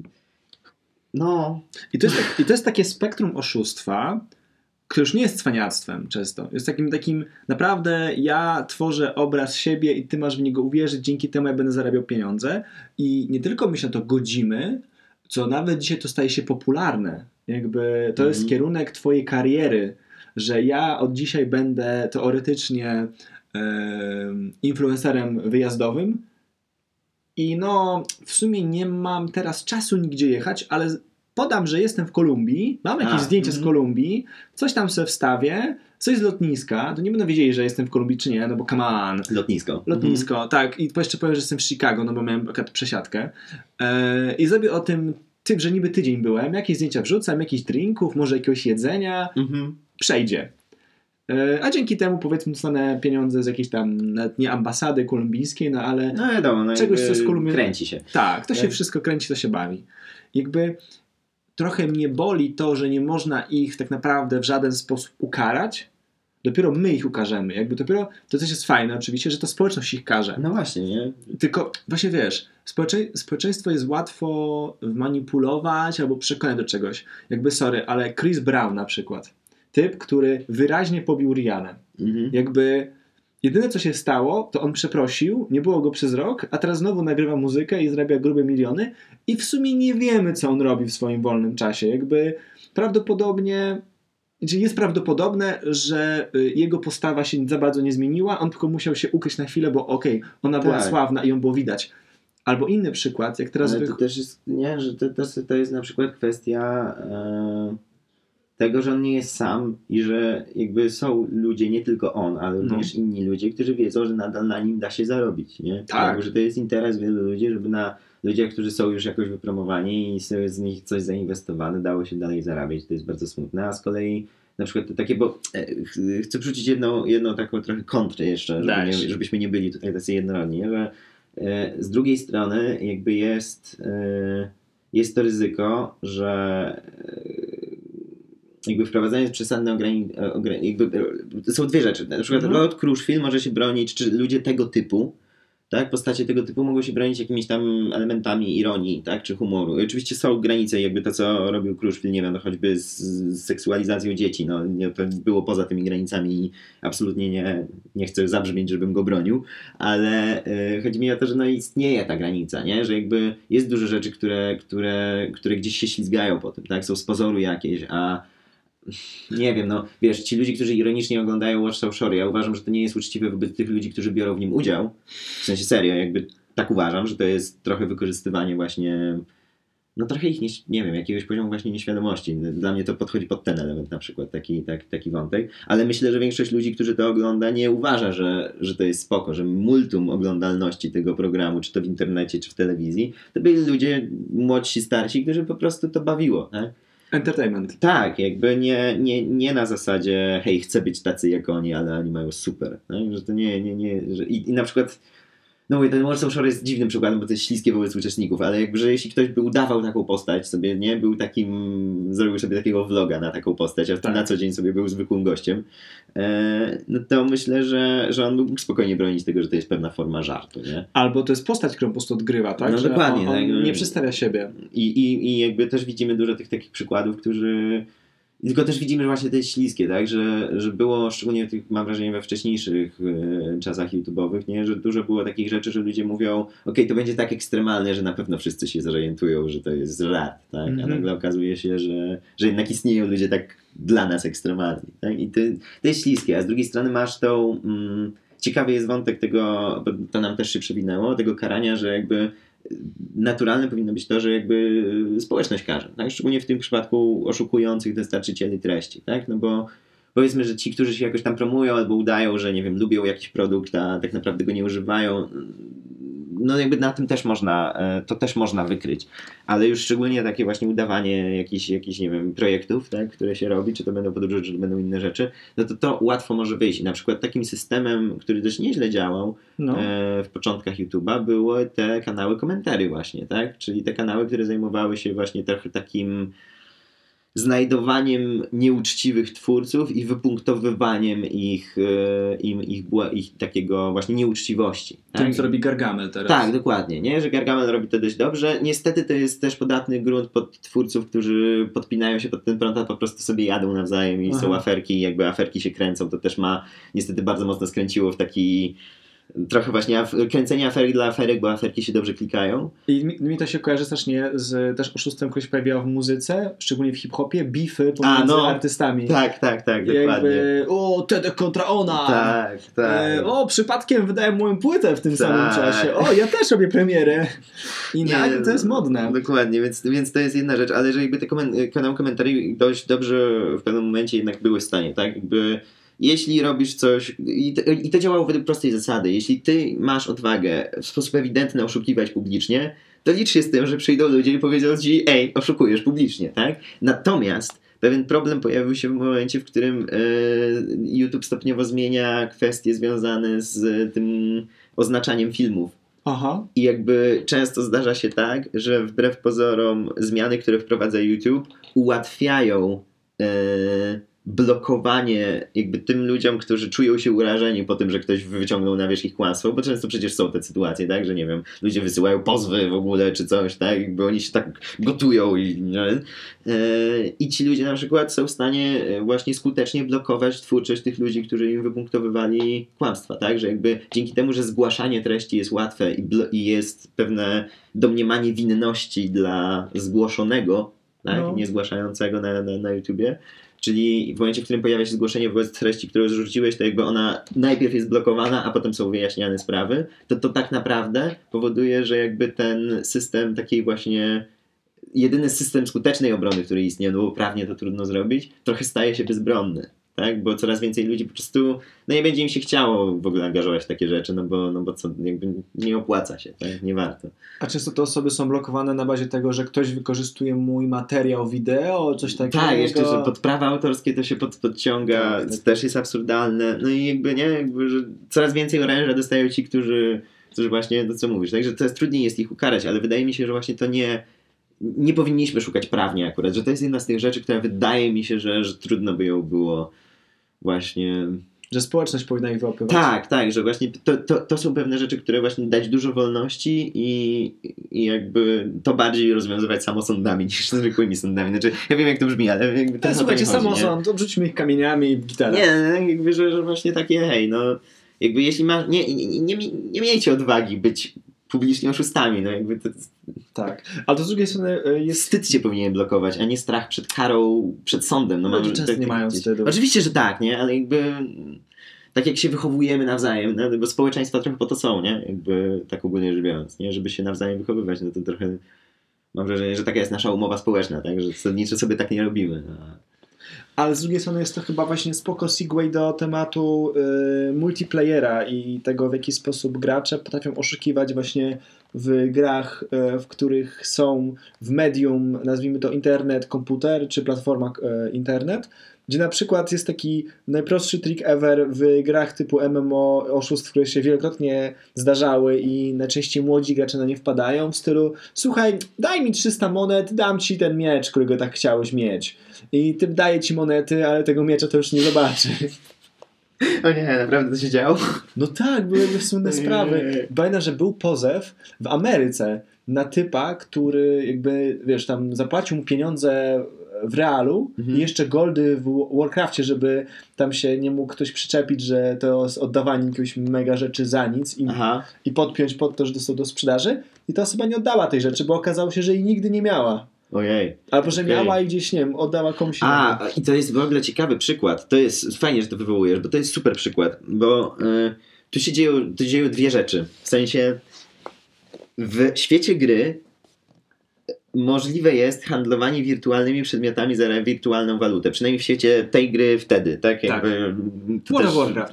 Speaker 1: no...
Speaker 2: I to jest takie spektrum oszustwa, które już nie jest cwaniactwem często. Jest takim naprawdę ja tworzę obraz siebie i ty masz w niego uwierzyć, dzięki temu ja będę zarabiał pieniądze. I nie tylko my się na to godzimy, co nawet dzisiaj to staje się popularne. Jakby to jest kierunek twojej kariery, że ja od dzisiaj będę teoretycznie influencerem wyjazdowym i no w sumie nie mam teraz czasu nigdzie jechać, ale podam, że jestem w Kolumbii, mam jakieś zdjęcie z Kolumbii, coś tam sobie wstawię, coś z lotniska, to nie będą wiedzieli, że jestem w Kolumbii czy nie, no bo come on. Lotnisko, tak. I jeszcze powiem, że jestem w Chicago, no bo miałem akurat przesiadkę. I zrobię o tym, że niby tydzień byłem, jakieś zdjęcia wrzucam, jakichś drinków, może jakiegoś jedzenia, przejdzie. A dzięki temu powiedzmy dostanę pieniądze z jakiejś tam nawet nie ambasady kolumbijskiej, no ale
Speaker 1: no wiadomo,
Speaker 2: czegoś co z Kolumbii
Speaker 1: kręci się.
Speaker 2: Tak, to się wszystko kręci, to się bawi. Jakby trochę mnie boli to, że nie można ich tak naprawdę w żaden sposób ukarać. Dopiero my ich ukażemy. Jakby dopiero, to też jest fajne oczywiście, że to społeczność ich karze.
Speaker 1: No właśnie, nie?
Speaker 2: Tylko właśnie wiesz, społeczeństwo jest łatwo manipulować albo przekonać do czegoś. Jakby sorry, ale Chris Brown na przykład. Typ, który wyraźnie pobił Rihannę. Jakby jedyne co się stało, to on przeprosił, nie było go przez rok, a teraz znowu nagrywa muzykę i zarabia grube miliony i w sumie nie wiemy, co on robi w swoim wolnym czasie. Jakby jest prawdopodobne, że jego postawa się za bardzo nie zmieniła, on tylko musiał się ukryć na chwilę, bo ona była sławna i ją było widać. Albo inny przykład, jak teraz...
Speaker 1: Ale to też jest, nie, że to jest na przykład kwestia tego, że on nie jest sam i że jakby są ludzie, nie tylko on, ale również inni ludzie, którzy wiedzą, że nadal na nim da się zarobić, nie?
Speaker 2: Tak.
Speaker 1: Jakby, że to jest interes wielu ludzi, żeby na ludziach, którzy są już jakoś wypromowani i z nich coś zainwestowane, dało się dalej zarabiać. To jest bardzo smutne, a z kolei na przykład to takie, bo chcę wrzucić jedną taką trochę kontrę jeszcze, żebyśmy nie byli tutaj tacy jednorodni, że z drugiej strony jakby jest to ryzyko, że jakby wprowadzając przesadne ograniczenia, są dwie rzeczy. Na przykład Lord Crushfield może się bronić, czy ludzie tego typu tak? Postacie tego typu mogą się bronić jakimiś tam elementami ironii, tak? Czy humoru. I oczywiście są granice, jakby to, co robił Kruszwil, nie wiem, no choćby z seksualizacją dzieci, no to było poza tymi granicami i absolutnie nie chcę zabrzmieć, żebym go bronił, ale chodzi mi o to, że no istnieje ta granica, nie? Że jakby jest dużo rzeczy, które gdzieś się ślizgają po tym, tak? Są z pozoru jakieś, a nie wiem, no wiesz, ci ludzie, którzy ironicznie oglądają Watch So Shore, ja uważam, że to nie jest uczciwe wobec tych ludzi, którzy biorą w nim udział. W sensie serio, jakby tak uważam, że to jest trochę wykorzystywanie właśnie, no trochę ich, nie wiem, jakiegoś poziomu właśnie nieświadomości. Dla mnie to podchodzi pod ten element na przykład, taki wątek. Ale myślę, że większość ludzi, którzy to ogląda, nie uważa, że to jest spoko, że multum oglądalności tego programu, czy to w internecie, czy w telewizji, to byli ludzie młodsi, starsi, którzy po prostu to bawiło, tak?
Speaker 2: Entertainment.
Speaker 1: Tak, jakby nie na zasadzie hej, chcę być tacy jak oni, ale oni mają super. Tak? Że to nie że i na przykład no mówię, ten Warsaw Shore jest dziwnym przykładem, bo to jest śliskie wobec uczestników, ale jakby, że jeśli ktoś by udawał taką postać sobie, nie, był takim, zrobił sobie takiego vloga na taką postać, a
Speaker 2: Tak.
Speaker 1: na co dzień sobie był zwykłym gościem, no to myślę, że on mógł spokojnie bronić tego, że to jest pewna forma żartu, nie?
Speaker 2: Albo to jest postać, którą po prostu odgrywa, tak?
Speaker 1: No
Speaker 2: że
Speaker 1: dokładnie.
Speaker 2: on nie przedstawia siebie.
Speaker 1: I jakby też widzimy dużo tych takich przykładów, tylko też widzimy, że właśnie to jest śliskie, tak? Że było, szczególnie mam wrażenie we wcześniejszych czasach YouTube'owych, nie? Że dużo było takich rzeczy, że ludzie mówią, okej, to będzie tak ekstremalne, że na pewno wszyscy się zorientują, że to jest żart, tak? A nagle okazuje się, że jednak istnieją ludzie tak dla nas ekstremalni, tak? I to jest śliskie, a z drugiej strony masz tą... ciekawy jest wątek tego, bo to nam też się przewinęło, tego karania, że jakby naturalne powinno być to, że jakby społeczność karze, tak? Szczególnie w tym przypadku oszukujących dostarczycieli treści, tak? No bo powiedzmy, że ci, którzy się jakoś tam promują albo udają, że nie wiem, lubią jakiś produkt, a tak naprawdę go nie używają, no jakby na tym też można wykryć, ale już szczególnie takie właśnie udawanie jakichś nie wiem, projektów, tak, które się robi, czy to będą podróże, czy to będą inne rzeczy, no to łatwo może wyjść. I na przykład takim systemem, który też nieźle działał w początkach YouTube'a, były te kanały komentarzy właśnie, tak, czyli te kanały, które zajmowały się właśnie trochę takim znajdowaniem nieuczciwych twórców i wypunktowywaniem ich takiego właśnie nieuczciwości.
Speaker 2: Tym,
Speaker 1: tak?
Speaker 2: co robi Gargamel teraz.
Speaker 1: Tak, dokładnie, nie? Że Gargamel robi to dość dobrze. Niestety to jest też podatny grunt pod twórców, którzy podpinają się pod ten prąd, a po prostu sobie jadą nawzajem i są aferki i jakby aferki się kręcą, to też ma niestety bardzo mocno skręciło w taki trochę właśnie kręcenie afery dla aferek, bo aferki się dobrze klikają.
Speaker 2: I mi to się kojarzy strasznie z też oszustwem, które się pojawiało w muzyce, szczególnie w hip-hopie, beefy pomiędzy artystami.
Speaker 1: Tak, dokładnie.
Speaker 2: Jakby, o, Tedek kontra ona!
Speaker 1: Tak.
Speaker 2: O, przypadkiem wydałem moją płytę w tym samym czasie. O, ja też robię premierę. I nagle to jest modne.
Speaker 1: Dokładnie, więc to jest jedna rzecz, ale że jakby te kanał komentarzy dość dobrze w pewnym momencie jednak były w stanie, tak? Jakby jeśli robisz coś, i to działało według prostej zasady, jeśli ty masz odwagę w sposób ewidentny oszukiwać publicznie, to licz się z tym, że przyjdą ludzie i powiedzą ci, ej, oszukujesz publicznie, tak? Natomiast pewien problem pojawił się w momencie, w którym YouTube stopniowo zmienia kwestie związane z tym oznaczaniem filmów.
Speaker 2: Aha.
Speaker 1: I jakby często zdarza się tak, że wbrew pozorom zmiany, które wprowadza YouTube, ułatwiają blokowanie jakby tym ludziom, którzy czują się urażeni po tym, że ktoś wyciągnął na wierzch ich kłamstwo, bo często przecież są te sytuacje, tak, że nie wiem, ludzie wysyłają pozwy w ogóle, czy coś, tak, jakby oni się tak gotują i ci ludzie na przykład są w stanie właśnie skutecznie blokować twórczość tych ludzi, którzy im wypunktowywali kłamstwa, tak, że jakby dzięki temu, że zgłaszanie treści jest łatwe i jest pewne domniemanie winności dla zgłoszonego, tak, nie zgłaszającego na YouTubie. Czyli w momencie, w którym pojawia się zgłoszenie wobec treści, którą zrzuciłeś, to jakby ona najpierw jest blokowana, a potem są wyjaśniane sprawy, to tak naprawdę powoduje, że jakby ten system takiej właśnie, jedyny system skutecznej obrony, który istnieje, no bo prawnie to trudno zrobić, trochę staje się bezbronny. Tak? Bo coraz więcej ludzi po prostu nie będzie im się chciało w ogóle angażować w takie rzeczy, no bo co, jakby nie opłaca się, tak? Nie warto.
Speaker 2: A często te osoby są blokowane na bazie tego, że ktoś wykorzystuje mój materiał wideo, coś takiego.
Speaker 1: Tak, jeszcze, że pod prawa autorskie to się podciąga, tak. Też jest absurdalne. No i jakby, że coraz więcej oręża dostają ci, którzy właśnie, to co mówisz, także coraz trudniej jest ich ukarać, ale wydaje mi się, że właśnie to nie powinniśmy szukać prawnie akurat, że to jest jedna z tych rzeczy, która wydaje mi się, że trudno by ją było właśnie
Speaker 2: że społeczność powinna ich wyłapywać.
Speaker 1: Tak, że właśnie to są pewne rzeczy, które właśnie dać dużo wolności i jakby to bardziej rozwiązywać samosądami niż zwykłymi sądami. Znaczy, ja wiem jak to brzmi, ale jakby to
Speaker 2: Słuchajcie,
Speaker 1: chodzi,
Speaker 2: samosąd, obrzućmy ich kamieniami i gitarę.
Speaker 1: Nie, jakby, że właśnie takie hej, no jakby jeśli masz, nie miejcie odwagi być publicznie oszustami, no jakby to...
Speaker 2: Tak, ale to z drugiej strony jest...
Speaker 1: Wstyd cię powinien blokować, a nie strach przed karą, przed sądem.
Speaker 2: No, ludzie często nie mają wstydu.
Speaker 1: Oczywiście, że tak, nie? Ale jakby tak jak się wychowujemy nawzajem, no, bo społeczeństwa trochę po to są, nie? Jakby tak ogólnie rzecz biorąc, nie? Żeby się nawzajem wychowywać, no to trochę mam wrażenie, że taka jest nasza umowa społeczna, tak? Że zasadniczo sobie tak nie robimy. No.
Speaker 2: Ale z drugiej strony jest to chyba właśnie spoko segue do tematu multiplayera i tego, w jaki sposób gracze potrafią oszukiwać właśnie w grach, w których są w medium, nazwijmy to internet, komputer czy platforma internet, gdzie na przykład jest taki najprostszy trik ever w grach typu MMO, oszustw, które się wielokrotnie zdarzały i najczęściej młodzi gracze na nie wpadają w stylu: słuchaj, daj mi 300 monet, dam ci ten miecz, którego tak chciałeś mieć. I typ daje ci monety, ale tego miecza to już nie zobaczy.
Speaker 1: O nie, naprawdę to się działo?
Speaker 2: No tak, były słynne sprawy. Pamiętam, że był pozew w Ameryce na typa, który jakby, wiesz, tam zapłacił mu pieniądze w realu i jeszcze goldy w Warcrafcie, żeby tam się nie mógł ktoś przyczepić, że to jest oddawanie jakiegoś mega rzeczy za nic i podpiąć pod to, że to są do sprzedaży. I ta osoba nie oddała tej rzeczy, bo okazało się, że jej nigdy nie miała.
Speaker 1: Ojej.
Speaker 2: Albo że miała i gdzieś, nie wiem, oddała komuś innemu.
Speaker 1: I to jest w ogóle ciekawy przykład. To jest fajnie, że to wywołujesz, bo to jest super przykład, bo tu się dzieją dwie rzeczy. W sensie w świecie gry możliwe jest handlowanie wirtualnymi przedmiotami za wirtualną walutę. Przynajmniej w świecie tej gry wtedy, tak? Jakby,
Speaker 2: World of Warcraft.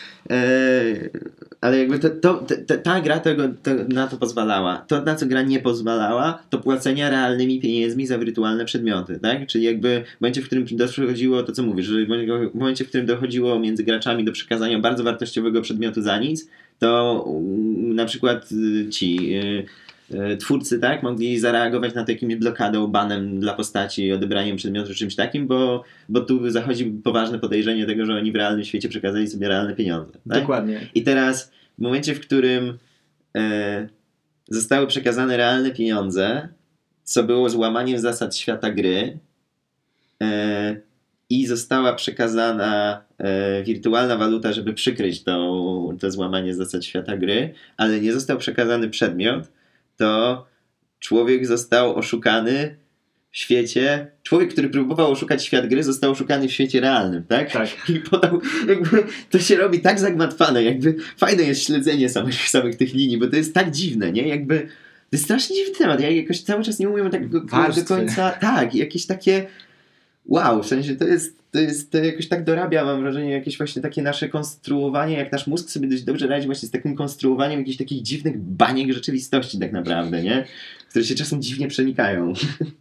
Speaker 1: Ale jakby ta gra na to pozwalała. To, na co gra nie pozwalała, to płacenia realnymi pieniędzmi za wirtualne przedmioty, tak? Czyli jakby w momencie, w którym dochodziło, to co mówisz, że w momencie, w którym dochodziło między graczami do przekazania bardzo wartościowego przedmiotu za nic, to na przykład ci twórcy, tak, mogli zareagować na to jakimś blokadą, banem dla postaci, odebraniem przedmiotu, czymś takim, bo tu zachodzi poważne podejrzenie tego, że oni w realnym świecie przekazali sobie realne pieniądze. Tak?
Speaker 2: Dokładnie.
Speaker 1: I teraz w momencie, w którym zostały przekazane realne pieniądze, co było złamaniem zasad świata gry, i została przekazana wirtualna waluta, żeby przykryć to złamanie zasad świata gry, ale nie został przekazany przedmiot, to człowiek został oszukany w świecie. Człowiek, który próbował oszukać świat gry, został oszukany w świecie realnym, tak?
Speaker 2: Tak.
Speaker 1: I podał, jakby to się robi tak zagmatwane, jakby fajne jest śledzenie samych tych linii, bo to jest tak dziwne, nie? Jakby to jest strasznie dziwny temat. Ja jakoś cały czas nie umiem tak do końca. Tak, jakieś takie. Wow, w sensie to jakoś tak dorabia, mam wrażenie, jakieś właśnie takie nasze konstruowanie, jak nasz mózg sobie dość dobrze radzi właśnie z takim konstruowaniem jakichś takich dziwnych baniek rzeczywistości tak naprawdę, nie? Które się czasem dziwnie przenikają.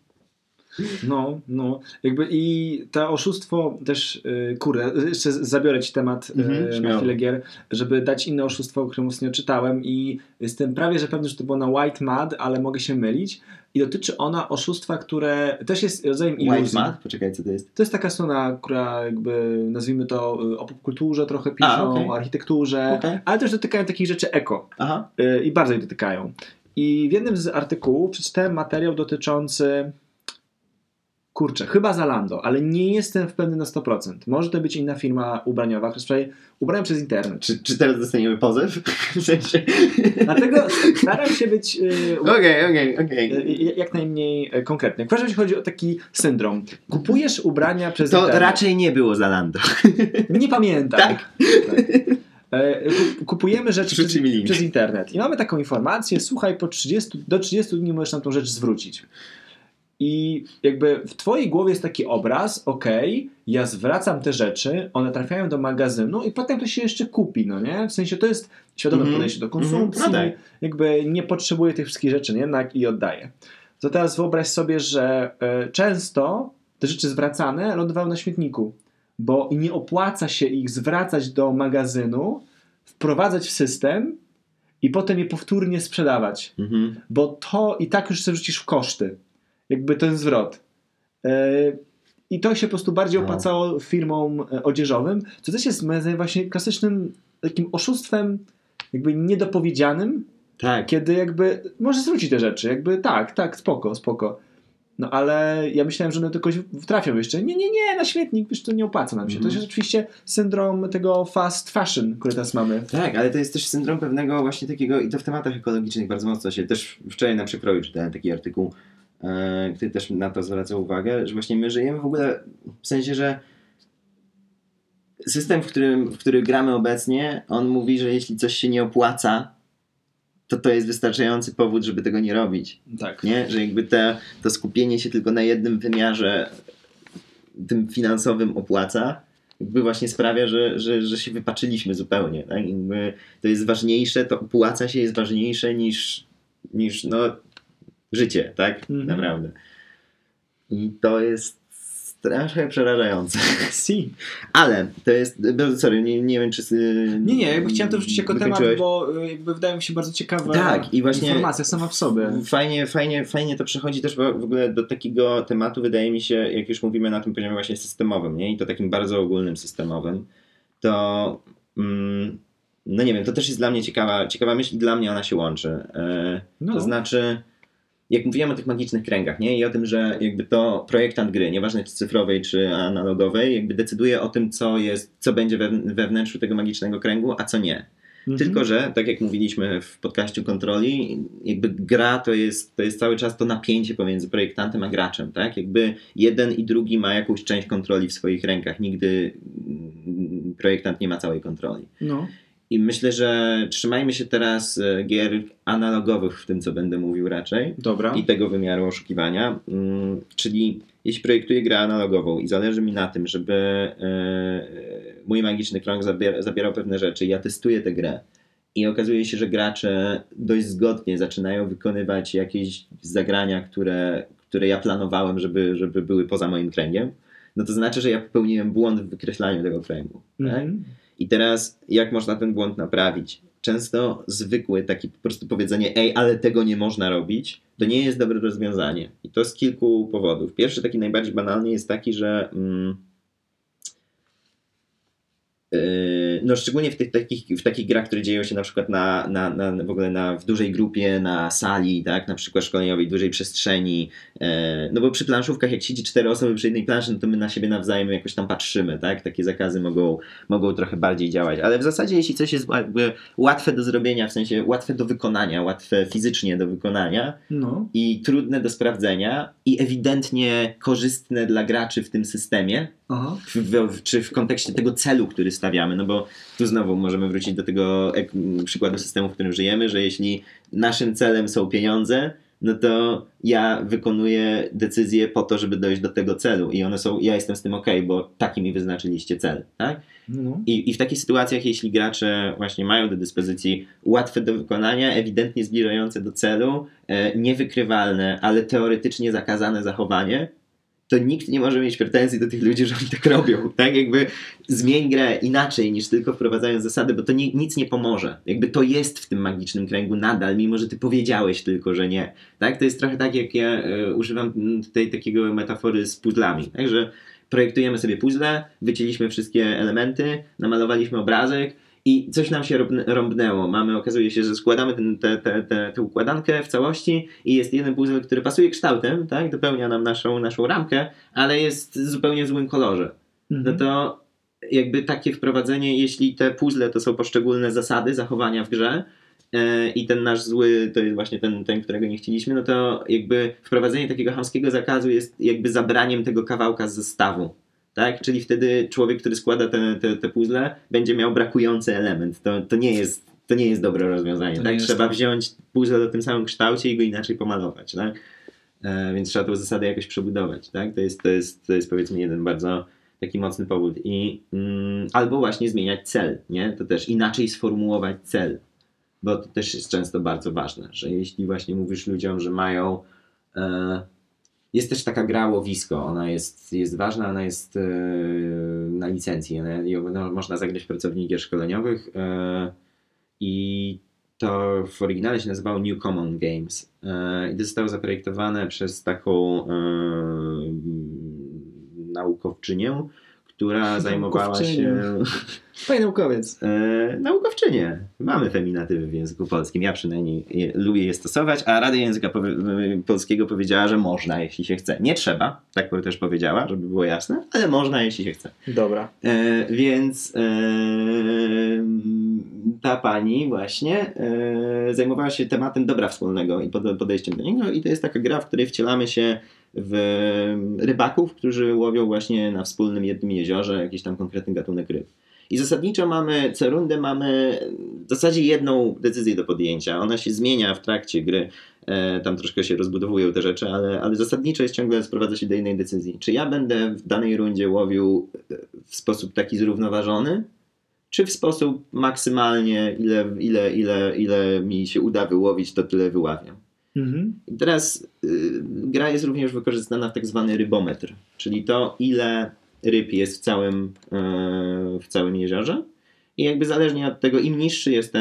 Speaker 2: No, jakby i to oszustwo też, jeszcze zabiorę ci temat na chwilę gier, żeby dać inne oszustwo, o którym ostatnio czytałem i jestem prawie, że pewny, że to było na White Mad, ale mogę się mylić i dotyczy ona oszustwa, które też jest rodzajem iluzji.
Speaker 1: White Mad? Poczekaj, co to jest?
Speaker 2: To jest taka strona, która jakby, nazwijmy to, o popkulturze trochę piszą, o architekturze, ale też dotykają takich rzeczy eko. I bardzo ich dotykają. I w jednym z artykułów przeczytałem materiał dotyczący chyba Zalando, ale nie jestem pewny na 100%. Może to być inna firma ubraniowa, która sprzedaje ubrania przez internet.
Speaker 1: Czy teraz dostaniemy pozew? W sensie...
Speaker 2: Dlatego staram się być
Speaker 1: Okej.
Speaker 2: jak najmniej konkretny. W każdym razie chodzi o taki syndrom. Kupujesz ubrania przez internet.
Speaker 1: To raczej nie było Zalando.
Speaker 2: Nie pamiętam.
Speaker 1: Tak.
Speaker 2: Kupujemy rzeczy przez internet. I mamy taką informację, słuchaj, do 30 dni możesz nam tą rzecz zwrócić. I jakby w twojej głowie jest taki obraz, ja zwracam te rzeczy, one trafiają do magazynu i potem to się jeszcze kupi, no nie? W sensie to jest świadome podejście do konsumpcji, jakby nie potrzebuję tych wszystkich rzeczy, nie? I oddaję. To teraz wyobraź sobie, że często te rzeczy zwracane lądowały na śmietniku, bo nie opłaca się ich zwracać do magazynu, wprowadzać w system i potem je powtórnie sprzedawać, bo to i tak już sobie rzucisz w koszty. Jakby ten zwrot. i to się po prostu bardziej opłacało firmom odzieżowym, co też jest moim zdaniem właśnie klasycznym takim oszustwem jakby niedopowiedzianym,
Speaker 1: Tak.
Speaker 2: kiedy jakby może zwrócić te rzeczy, jakby tak, spoko. No ale ja myślałem, że one tylko trafią jeszcze. Nie, na śmietnik, wiesz, to nie opłaca nam się. To jest oczywiście syndrom tego fast fashion, który teraz mamy.
Speaker 1: Tak, ale to jest też syndrom pewnego właśnie takiego, i to w tematach ekologicznych bardzo mocno się też wczoraj na Przekroju czytałem taki artykuł, który też na to zwracał uwagę, że właśnie my żyjemy w ogóle w sensie, że system, w który gramy obecnie, on mówi, że jeśli coś się nie opłaca, to jest wystarczający powód, żeby tego nie robić.
Speaker 2: Tak.
Speaker 1: Nie? Że jakby to skupienie się tylko na jednym wymiarze tym finansowym opłaca, jakby właśnie sprawia, że się wypaczyliśmy zupełnie. Tak? Jakby to jest ważniejsze, to opłaca się, jest ważniejsze niż życie, tak? Naprawdę. I to jest strasznie przerażające. Ale to jest... Sorry, nie wiem, czy...
Speaker 2: Nie, jakby chciałem to wrzucić jako temat, bo jakby wydaje mi się bardzo ciekawa
Speaker 1: i właśnie
Speaker 2: informacja sama w sobie.
Speaker 1: Fajnie to przechodzi też w ogóle do takiego tematu, wydaje mi się, jak już mówimy na tym poziomie właśnie systemowym, nie? I to takim bardzo ogólnym systemowym, to no nie wiem, to też jest dla mnie ciekawa myśl i dla mnie ona się łączy. To znaczy... Jak mówiłem o tych magicznych kręgach, nie? I o tym, że jakby to projektant gry, nieważne czy cyfrowej, czy analogowej, jakby decyduje o tym, co będzie we wnętrzu tego magicznego kręgu, a co nie. Tylko że, tak jak mówiliśmy w podcaście Kontroli, jakby gra to jest cały czas to napięcie pomiędzy projektantem a graczem, tak? Jakby jeden i drugi ma jakąś część kontroli w swoich rękach. Nigdy projektant nie ma całej kontroli.
Speaker 2: No.
Speaker 1: I myślę, że trzymajmy się teraz gier analogowych w tym, co będę mówił raczej.
Speaker 2: Dobra.
Speaker 1: I tego wymiaru oszukiwania. Czyli jeśli projektuję grę analogową i zależy mi na tym, żeby mój magiczny krąg zabierał pewne rzeczy, ja testuję tę grę i okazuje się, że gracze dość zgodnie zaczynają wykonywać jakieś zagrania, które ja planowałem, żeby były poza moim kręgiem, no to znaczy, że ja popełniłem błąd w wykreślaniu tego kręgu. Tak? I teraz jak można ten błąd naprawić? Często zwykłe takie po prostu powiedzenie ale tego nie można robić, to nie jest dobre rozwiązanie. I to z kilku powodów. Pierwszy, taki najbardziej banalny, jest taki, że no szczególnie w takich grach, które dzieją się na przykład w ogóle w dużej grupie, na sali, tak, na przykład szkoleniowej, dużej przestrzeni, no bo przy planszówkach jak siedzi 4 osoby przy jednej planszy, no to my na siebie nawzajem jakoś tam patrzymy, tak, takie zakazy mogą trochę bardziej działać, ale w zasadzie jeśli coś jest jakby łatwe do zrobienia, w sensie łatwe do wykonania, łatwe fizycznie do wykonania i trudne do sprawdzenia i ewidentnie korzystne dla graczy w tym systemie, czy w kontekście tego celu, który stawiamy, no bo tu znowu możemy wrócić do tego przykładu systemu, w którym żyjemy, że jeśli naszym celem są pieniądze, no to ja wykonuję decyzje po to, żeby dojść do tego celu i ja jestem z tym okej, bo taki mi wyznaczyliście cel, tak? I w takich sytuacjach, jeśli gracze właśnie mają do dyspozycji łatwe do wykonania, ewidentnie zbliżające do celu, niewykrywalne, ale teoretycznie zakazane zachowanie, to nikt nie może mieć pretensji do tych ludzi, że oni tak robią, tak? Jakby zmień grę inaczej niż tylko wprowadzając zasady, bo to nic nie pomoże. Jakby to jest w tym magicznym kręgu nadal, mimo że ty powiedziałeś tylko, że nie. Tak? To jest trochę tak, jak ja używam tutaj takiego metafory z puzzlami, tak? Że projektujemy sobie puzzle, wycięliśmy wszystkie elementy, namalowaliśmy obrazek i coś nam się rąbnęło. Okazuje się, że składamy tę układankę w całości i jest jeden puzzle, który pasuje kształtem, tak? Dopełnia nam naszą ramkę, ale jest w zupełnie złym kolorze. No to jakby takie wprowadzenie, jeśli te puzzle to są poszczególne zasady zachowania w grze i ten nasz zły to jest właśnie ten, którego nie chcieliśmy, no to jakby wprowadzenie takiego chamskiego zakazu jest jakby zabraniem tego kawałka z zestawu. Tak? Czyli wtedy człowiek, który składa te puzzle, będzie miał brakujący element. To nie jest dobre rozwiązanie. Tak? Trzeba wziąć puzzle o tym samym kształcie i go inaczej pomalować. Tak? Więc trzeba tę zasadę jakoś przebudować. Tak? To jest powiedzmy jeden bardzo taki mocny powód. Albo właśnie zmieniać cel. Nie? To też inaczej sformułować cel. Bo to też jest często bardzo ważne, że jeśli właśnie mówisz ludziom, że mają... Jest też taka gra Łowisko, ona jest ważna, ona jest na licencji, można zagrać w pracowni gier szkoleniowych i to w oryginale się nazywało New Common Games i to zostało zaprojektowane przez taką naukowczynię, która zajmowała się...
Speaker 2: Fajny naukowiec.
Speaker 1: Naukowczynię. Mamy feminatywy w języku polskim. Ja przynajmniej lubię je stosować, a Rada Języka Polskiego powiedziała, że można, jeśli się chce. Nie trzeba, tak też powiedziała, żeby było jasne, ale można, jeśli się chce.
Speaker 2: Dobra.
Speaker 1: Więc ta pani właśnie zajmowała się tematem dobra wspólnego i podejściem do niego i to jest taka gra, w której wcielamy się w rybaków, którzy łowią właśnie na wspólnym jednym jeziorze jakiś tam konkretny gatunek ryb. I zasadniczo co rundę mamy w zasadzie jedną decyzję do podjęcia. Ona się zmienia w trakcie gry. Tam troszkę się rozbudowują te rzeczy, ale zasadniczo jest ciągle sprowadza się do jednej decyzji. Czy ja będę w danej rundzie łowił w sposób taki zrównoważony, czy w sposób maksymalnie ile mi się uda wyłowić, to tyle wyławiam. Mhm. I teraz gra jest również wykorzystana w tak zwany rybometr, czyli to ile ryb jest w całym jeziorze i jakby zależnie od tego, im niższy jest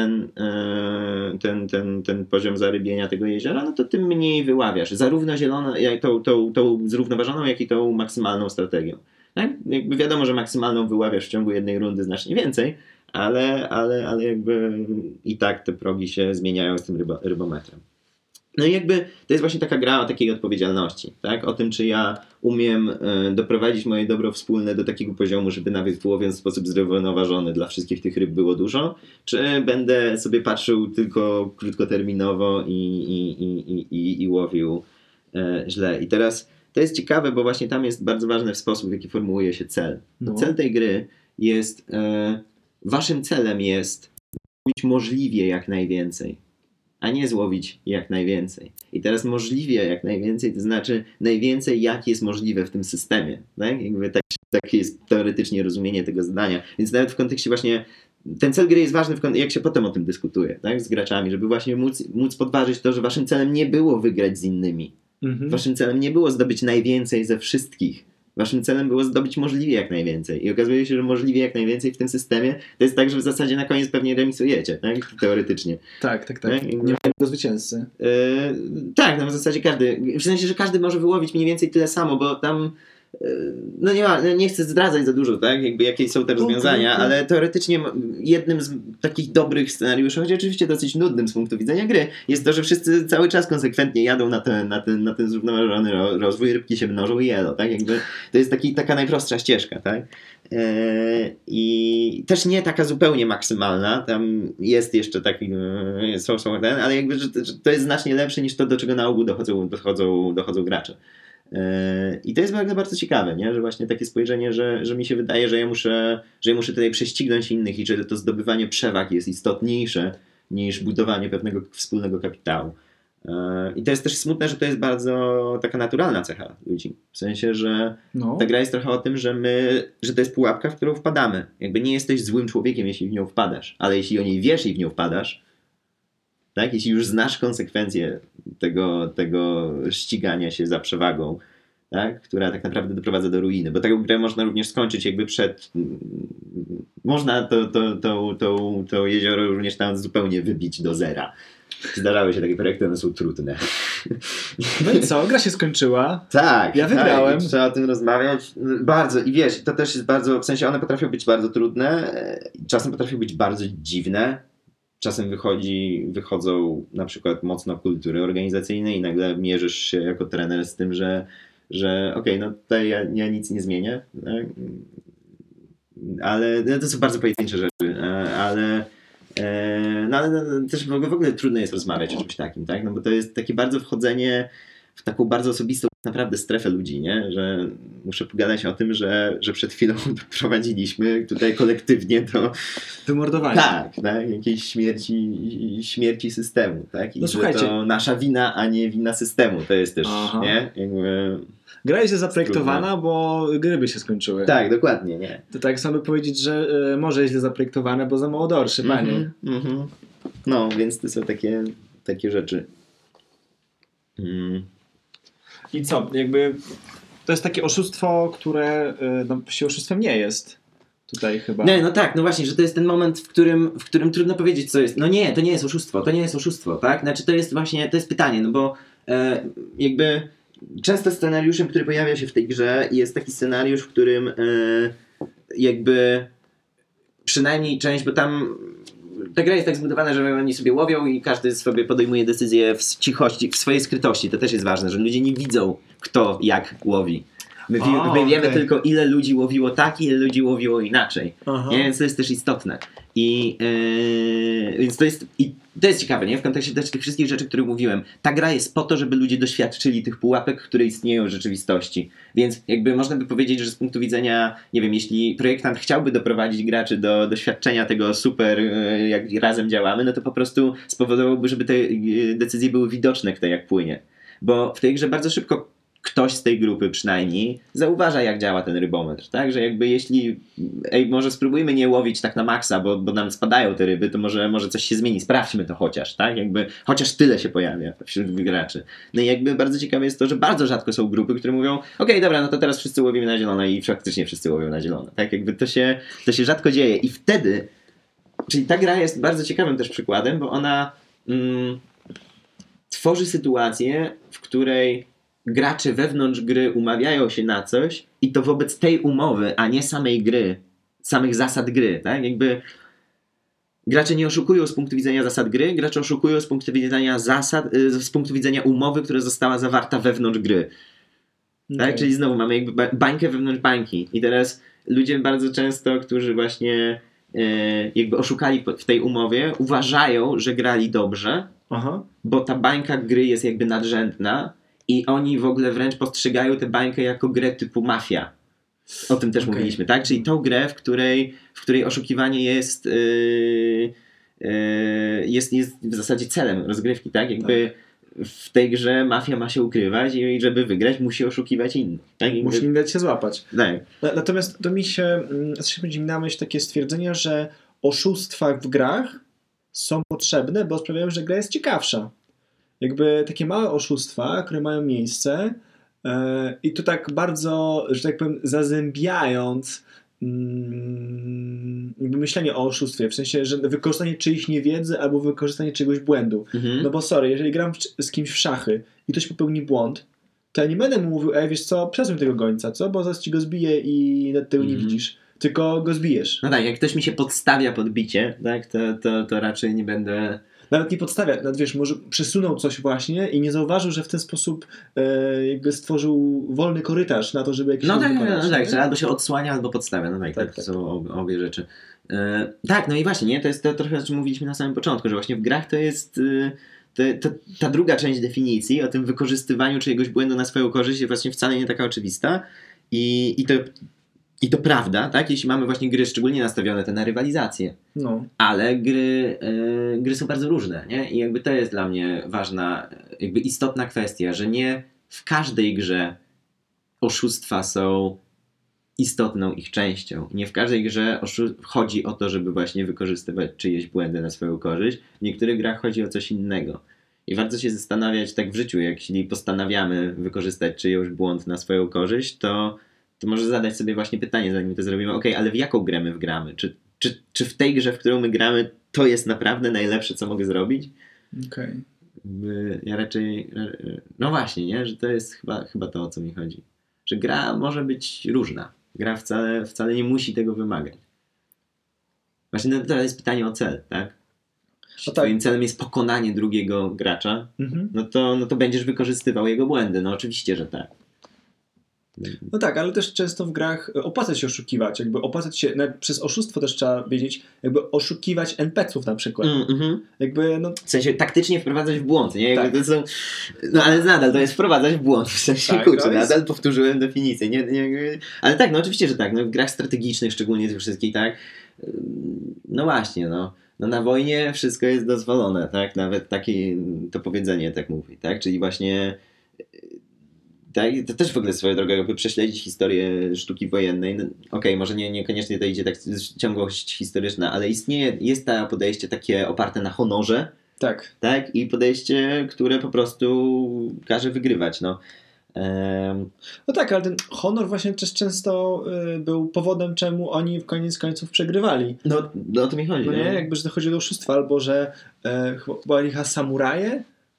Speaker 1: ten poziom zarybienia tego jeziora, no to tym mniej wyławiasz. Zarówno tą zrównoważoną, jak i tą maksymalną strategią. Tak? Jakby wiadomo, że maksymalną wyławiasz w ciągu jednej rundy znacznie więcej, ale jakby i tak te progi się zmieniają z tym rybometrem. No i jakby to jest właśnie taka gra o takiej odpowiedzialności, tak? O tym, czy ja umiem doprowadzić moje dobro wspólne do takiego poziomu, żeby nawet łowiąc w sposób zrównoważony dla wszystkich tych ryb było dużo, czy będę sobie patrzył tylko krótkoterminowo i łowił źle. I teraz to jest ciekawe, bo właśnie tam jest bardzo ważny sposób, w jaki formułuje się cel. No. Cel tej gry jest, waszym celem jest złowić możliwie jak najwięcej, a nie złowić jak najwięcej. I teraz możliwie jak najwięcej, to znaczy najwięcej jak jest możliwe w tym systemie. Tak? Jakby takie jest teoretycznie rozumienie tego zadania. Więc nawet w kontekście właśnie ten cel gry jest ważny, jak się potem o tym dyskutuje, tak? Z graczami, żeby właśnie móc podważyć to, że waszym celem nie było wygrać z innymi. Mhm. Waszym celem nie było zdobyć najwięcej ze wszystkich. Waszym celem było zdobyć możliwie jak najwięcej. I okazuje się, że możliwie jak najwięcej w tym systemie to jest tak, że w zasadzie na koniec pewnie remisujecie, tak? Teoretycznie.
Speaker 2: Tak. Nie ma jednego zwycięzcy.
Speaker 1: Tak, no w zasadzie w sensie, że każdy może wyłowić mniej więcej tyle samo, bo tam no nie chcę zdradzać za dużo, tak? Jakby jakie są te rozwiązania, ale teoretycznie jednym z takich dobrych scenariuszy, choć oczywiście dosyć nudnym z punktu widzenia gry, jest to, że wszyscy cały czas konsekwentnie jadą na ten zrównoważony rozwój, rybki się mnożą i jelo, tak? Jakby to jest taka najprostsza ścieżka, tak? I też nie taka zupełnie maksymalna, tam jest jeszcze taki ale jakby że to jest znacznie lepsze niż to, do czego na ogół dochodzą gracze. I to jest bardzo ciekawe, nie? Że właśnie takie spojrzenie, że mi się wydaje, że ja muszę tutaj prześcignąć innych i że to zdobywanie przewag jest istotniejsze niż budowanie pewnego wspólnego kapitału. I to jest też smutne, że to jest bardzo taka naturalna cecha ludzi. W sensie, że ta gra jest trochę o tym, że to jest pułapka, w którą wpadamy. Jakby nie jesteś złym człowiekiem, jeśli w nią wpadasz, ale jeśli o niej wiesz i w nią wpadasz, tak? Jeśli już znasz konsekwencje tego ścigania się za przewagą, tak? Która tak naprawdę doprowadza do ruiny, bo taką grę można również skończyć jakby można to jezioro również tam zupełnie wybić do zera. Zdarzały się takie projekty, one są trudne.
Speaker 2: No i co? Gra się skończyła.
Speaker 1: Tak.
Speaker 2: Ja wygrałem.
Speaker 1: Tak, trzeba o tym rozmawiać. Bardzo. I wiesz, to też jest bardzo, w sensie one potrafią być bardzo trudne, czasem potrafią być bardzo dziwne. Czasem wychodzą na przykład mocno kultury organizacyjne i nagle mierzysz się jako trener z tym, że okej, no tutaj ja nic nie zmienię, tak? Ale to są bardzo pojedyncze rzeczy, ale też w ogóle trudno jest rozmawiać o czymś takim, tak? No bo to jest takie bardzo wchodzenie w taką bardzo osobistą naprawdę strefę ludzi, nie? Że muszę pogadać o tym, że przed chwilą doprowadziliśmy tutaj kolektywnie do
Speaker 2: wymordowania.
Speaker 1: Tak, jakiejś śmierci systemu, tak? I
Speaker 2: no,
Speaker 1: że
Speaker 2: słuchajcie,
Speaker 1: to nasza wina, a nie wina systemu. To jest też, nie? Jakby
Speaker 2: gra jest zaprojektowana, bo gry by się skończyły.
Speaker 1: Tak, dokładnie, nie?
Speaker 2: To tak samo powiedzieć, że może jest źle zaprojektowane, bo za mało dorszy, panie.
Speaker 1: No, więc to są takie rzeczy.
Speaker 2: I co? Jakby to jest takie oszustwo, które właściwie oszustwem nie jest. Tutaj chyba.
Speaker 1: No tak, no właśnie, że to jest ten moment, w którym trudno powiedzieć, co jest. No nie, to nie jest oszustwo, tak? Znaczy to jest pytanie, no bo jakby często scenariuszem, który pojawia się w tej grze, jest taki scenariusz, w którym jakby przynajmniej część, bo tam ta gra jest tak zbudowana, że oni sobie łowią i każdy sobie podejmuje decyzję w cichości, w swojej skrytości. To też jest ważne, że ludzie nie widzą, kto jak łowi. My wiemy tylko, ile ludzi łowiło tak, ile ludzi łowiło inaczej. Nie? Więc to jest też istotne. Więc to jest ciekawe, nie? W kontekście tych wszystkich rzeczy, które mówiłem. Ta gra jest po to, żeby ludzie doświadczyli tych pułapek, które istnieją w rzeczywistości. Więc jakby można by powiedzieć, że z punktu widzenia, nie wiem, jeśli projektant chciałby doprowadzić graczy do doświadczenia tego super, jak razem działamy, no to po prostu spowodowałby, żeby te decyzje były widoczne, kto jak płynie. Bo w tej grze bardzo szybko ktoś z tej grupy przynajmniej zauważa, jak działa ten rybometr, tak? Że jakby jeśli może spróbujmy nie łowić tak na maksa, bo nam spadają te ryby, to może coś się zmieni, sprawdźmy to chociaż, tak? Jakby chociaż tyle się pojawia wśród graczy. No i jakby bardzo ciekawe jest to, że bardzo rzadko są grupy, które mówią, okej, dobra, no to teraz wszyscy łowimy na zielono i faktycznie wszyscy łowią na zielono, tak? Jakby to się rzadko dzieje i wtedy, czyli ta gra jest bardzo ciekawym też przykładem, bo ona tworzy sytuację, w której gracze wewnątrz gry umawiają się na coś i to wobec tej umowy, a nie samej gry, samych zasad gry, tak? Jakby gracze nie oszukują z punktu widzenia zasad gry, gracze oszukują z punktu widzenia z punktu widzenia umowy, która została zawarta wewnątrz gry. Okay. Tak? Czyli znowu mamy jakby bańkę wewnątrz bańki i teraz ludzie bardzo często, którzy właśnie jakby oszukali w tej umowie, uważają, że grali dobrze, bo ta bańka gry jest jakby nadrzędna i oni w ogóle wręcz postrzegają tę bańkę jako grę typu mafia. O tym też mówiliśmy, tak? Czyli tą grę, w której oszukiwanie jest w zasadzie celem rozgrywki, tak? Jakby w tej grze mafia ma się ukrywać i żeby wygrać musi oszukiwać innych. Tak?
Speaker 2: Musi nie dać się złapać.
Speaker 1: Tak.
Speaker 2: Natomiast to mi się na myśl takie stwierdzenie, że oszustwa w grach są potrzebne, bo sprawiają, że gra jest ciekawsza. Jakby takie małe oszustwa, które mają miejsce i to tak bardzo, że tak powiem, zazębiając jakby myślenie o oszustwie, w sensie, że wykorzystanie czyjejś niewiedzy albo wykorzystanie czegoś błędu. No bo sorry, jeżeli gram z kimś w szachy i ktoś popełni błąd, to ja nie będę mu mówił, wiesz co, przesuń tego gońca, co? Bo zaraz ci go zbiję i tego nie widzisz. Tylko go zbijesz.
Speaker 1: No tak, jak ktoś mi się podstawia pod bicie, tak, to raczej nie będę...
Speaker 2: Nawet nie podstawia, nawet wiesz, może przesunął coś właśnie i nie zauważył, że w ten sposób jakby stworzył wolny korytarz na to, żeby jakiś...
Speaker 1: No tak, że albo się odsłania, albo podstawia, no tak. To są obie rzeczy. Tak, no i właśnie, nie, to jest to trochę, o czym mówiliśmy na samym początku, że właśnie w grach to jest... Ta druga część definicji o tym wykorzystywaniu czyjegoś błędu na swoją korzyść jest właśnie wcale nie taka oczywista i to prawda, tak? Jeśli mamy właśnie gry szczególnie nastawione te na rywalizację. No. Ale gry są bardzo różne, nie? I jakby to jest dla mnie ważna, jakby istotna kwestia, że nie w każdej grze oszustwa są istotną ich częścią. Nie w każdej grze chodzi o to, żeby właśnie wykorzystywać czyjeś błędy na swoją korzyść. W niektórych grach chodzi o coś innego. I warto się zastanawiać tak w życiu, jeśli postanawiamy wykorzystać czyjąś błąd na swoją korzyść, to może zadać sobie właśnie pytanie, zanim to zrobimy, ale w jaką grę my wgramy? Czy w tej grze, w którą my gramy, to jest naprawdę najlepsze, co mogę zrobić? Ja raczej... No właśnie, nie? Że to jest chyba to, o co mi chodzi. Że gra może być różna. Gra wcale nie musi tego wymagać. Właśnie to jest pytanie o cel, tak? Jeśli twoim celem jest pokonanie drugiego gracza, no to będziesz wykorzystywał jego błędy. No oczywiście, że tak.
Speaker 2: No tak, ale też często w grach opłaca się oszukiwać. Jakby opłacać się, przez oszustwo też trzeba wiedzieć, jakby oszukiwać NPC-ów na przykład. Jakby, no... W sensie taktycznie wprowadzać w błąd, nie? Jakby to są... No ale nadal to jest wprowadzać w błąd. W sensie, nadal powtórzyłem definicję. Nie, ale tak, no oczywiście, że tak. No, w grach strategicznych szczególnie tych wszystkich, tak? No właśnie, no na wojnie wszystko jest dozwolone, tak? Nawet takie to powiedzenie tak mówi, tak? Czyli właśnie... Tak, to też w ogóle swoją drogą, jakby prześledzić historię sztuki wojennej. No, może niekoniecznie to idzie tak ciągłość historyczna, ale jest to podejście takie oparte na honorze. Tak? I podejście, które po prostu każe wygrywać. No tak, ale ten honor właśnie też często był powodem, czemu oni w koniec końców przegrywali. No o to mi chodzi. No nie? Jakby, że to chodzi o oszustwa, albo że chyba samuraje,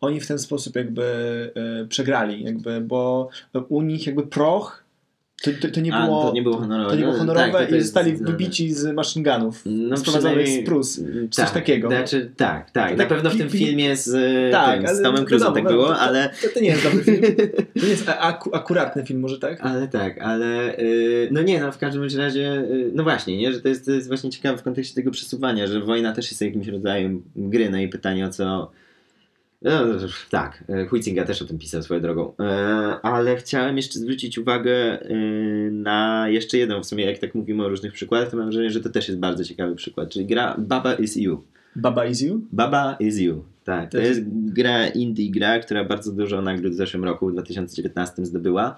Speaker 2: oni w ten sposób jakby przegrali, jakby, bo u nich jakby proch to nie było,
Speaker 1: to nie było honorowe.
Speaker 2: to nie było honorowe
Speaker 1: tak, to
Speaker 2: i
Speaker 1: jest
Speaker 2: zostali wybici z machine gunów, sprowadzonych z Prus, coś takiego.
Speaker 1: Znaczy, tak. Na pewno w tym filmie z Tomem Cruise'em tak było, ale...
Speaker 2: To nie jest dobry film. To nie jest akuratny film, może tak?
Speaker 1: Ale w każdym razie, no właśnie, nie, że to jest właśnie ciekawe w kontekście tego przesuwania, że wojna też jest jakimś rodzajem gry, no i pytanie o co... No, tak, Huizinga też o tym pisał swoją drogą, ale chciałem jeszcze zwrócić uwagę na jeszcze jedną, w sumie jak tak mówimy o różnych przykładach, to mam wrażenie, że to też jest bardzo ciekawy przykład, czyli gra Baba Is You.
Speaker 2: Baba Is You?
Speaker 1: Baba Is You, tak. To jest gra, która bardzo dużo nagród w zeszłym roku, w 2019 zdobyła.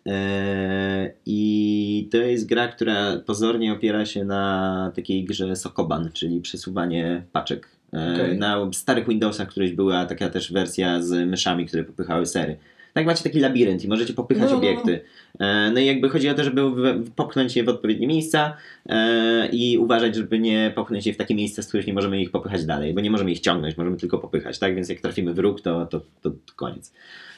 Speaker 1: I to jest gra, która pozornie opiera się na takiej grze Sokoban, czyli przesuwanie paczek.
Speaker 2: Okay.
Speaker 1: Na starych Windowsach któreś była taka też wersja z myszami, które popychały sery. Tak, macie taki labirynt i możecie popychać obiekty. No i jakby chodzi o to, żeby popchnąć je w odpowiednie miejsca i uważać, żeby nie popchnąć je w takie miejsca, z których nie możemy ich popychać dalej, bo nie możemy ich ciągnąć, możemy tylko popychać, tak? Więc jak trafimy w róg, to koniec.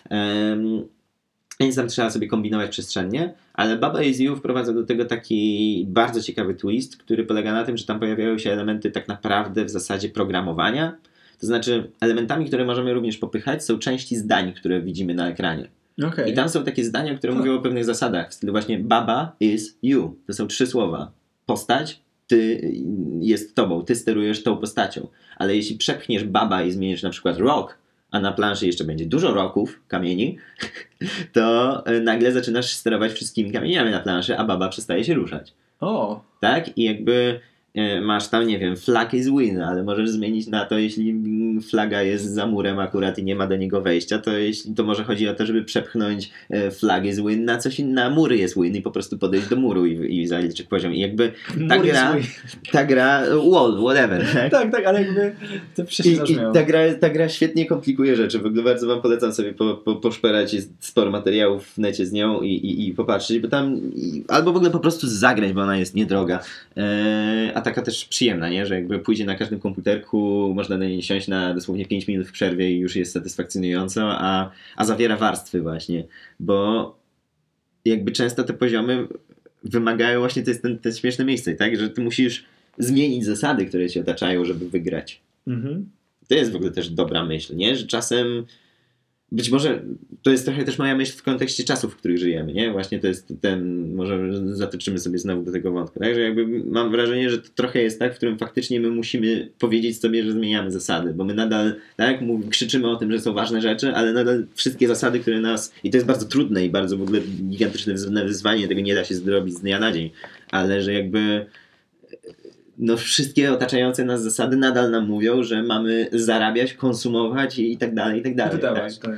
Speaker 1: Więc tam trzeba sobie kombinować przestrzennie, ale Baba Is You wprowadza do tego taki bardzo ciekawy twist, który polega na tym, że tam pojawiają się elementy tak naprawdę w zasadzie programowania. To znaczy elementami, które możemy również popychać, są części zdań, które widzimy na ekranie.
Speaker 2: Okay.
Speaker 1: I tam są takie zdania, które mówią o pewnych zasadach, w stylu właśnie Baba is you. To są 3 słowa. Postać, ty jest tobą, ty sterujesz tą postacią. Ale jeśli przepchniesz Baba i zmienisz na przykład rock, a na planszy jeszcze będzie dużo roków, kamieni, to nagle zaczynasz sterować wszystkimi kamieniami na planszy, a baba przestaje się ruszać.
Speaker 2: O.
Speaker 1: Tak? I jakby masz tam, nie wiem, flag is win, ale możesz zmienić na to, jeśli flaga jest za murem akurat i nie ma do niego wejścia, to może chodzi o to, żeby przepchnąć flag is win na coś innego, na mury jest win i po prostu podejść do muru i zaliczyć poziom. I jakby ta gra wall, whatever.
Speaker 2: Tak, ale jakby to
Speaker 1: I ta gra świetnie komplikuje rzeczy. W ogóle bardzo wam polecam sobie poszperać, jest sporo materiałów w necie z nią i popatrzeć, bo tam albo w ogóle po prostu zagrać, bo ona jest niedroga. A taka też przyjemna, nie? Że jakby pójdzie na każdym komputerku, można na niej siąść na dosłownie 5 minut w przerwie i już jest satysfakcjonująco, a zawiera warstwy właśnie, bo jakby często te poziomy wymagają właśnie, to jest ten śmieszne miejsce, tak? Że ty musisz zmienić zasady, które cię otaczają, żeby wygrać.
Speaker 2: Mhm.
Speaker 1: To jest w ogóle też dobra myśl, nie? Że czasem być może to jest trochę też moja myśl w kontekście czasów, w których żyjemy, nie? Właśnie to jest może zatoczymy sobie znowu do tego wątku, tak? Że jakby mam wrażenie, że to trochę jest tak, w którym faktycznie my musimy powiedzieć sobie, że zmieniamy zasady, bo my nadal, tak, krzyczymy o tym, że są ważne rzeczy, ale nadal wszystkie zasady, które nas, i to jest bardzo trudne i bardzo w ogóle gigantyczne wyzwanie, tego nie da się zrobić z dnia na dzień, ale że jakby wszystkie otaczające nas zasady nadal nam mówią, że mamy zarabiać, konsumować i tak dalej, i tak dalej.
Speaker 2: Wydawać, tak.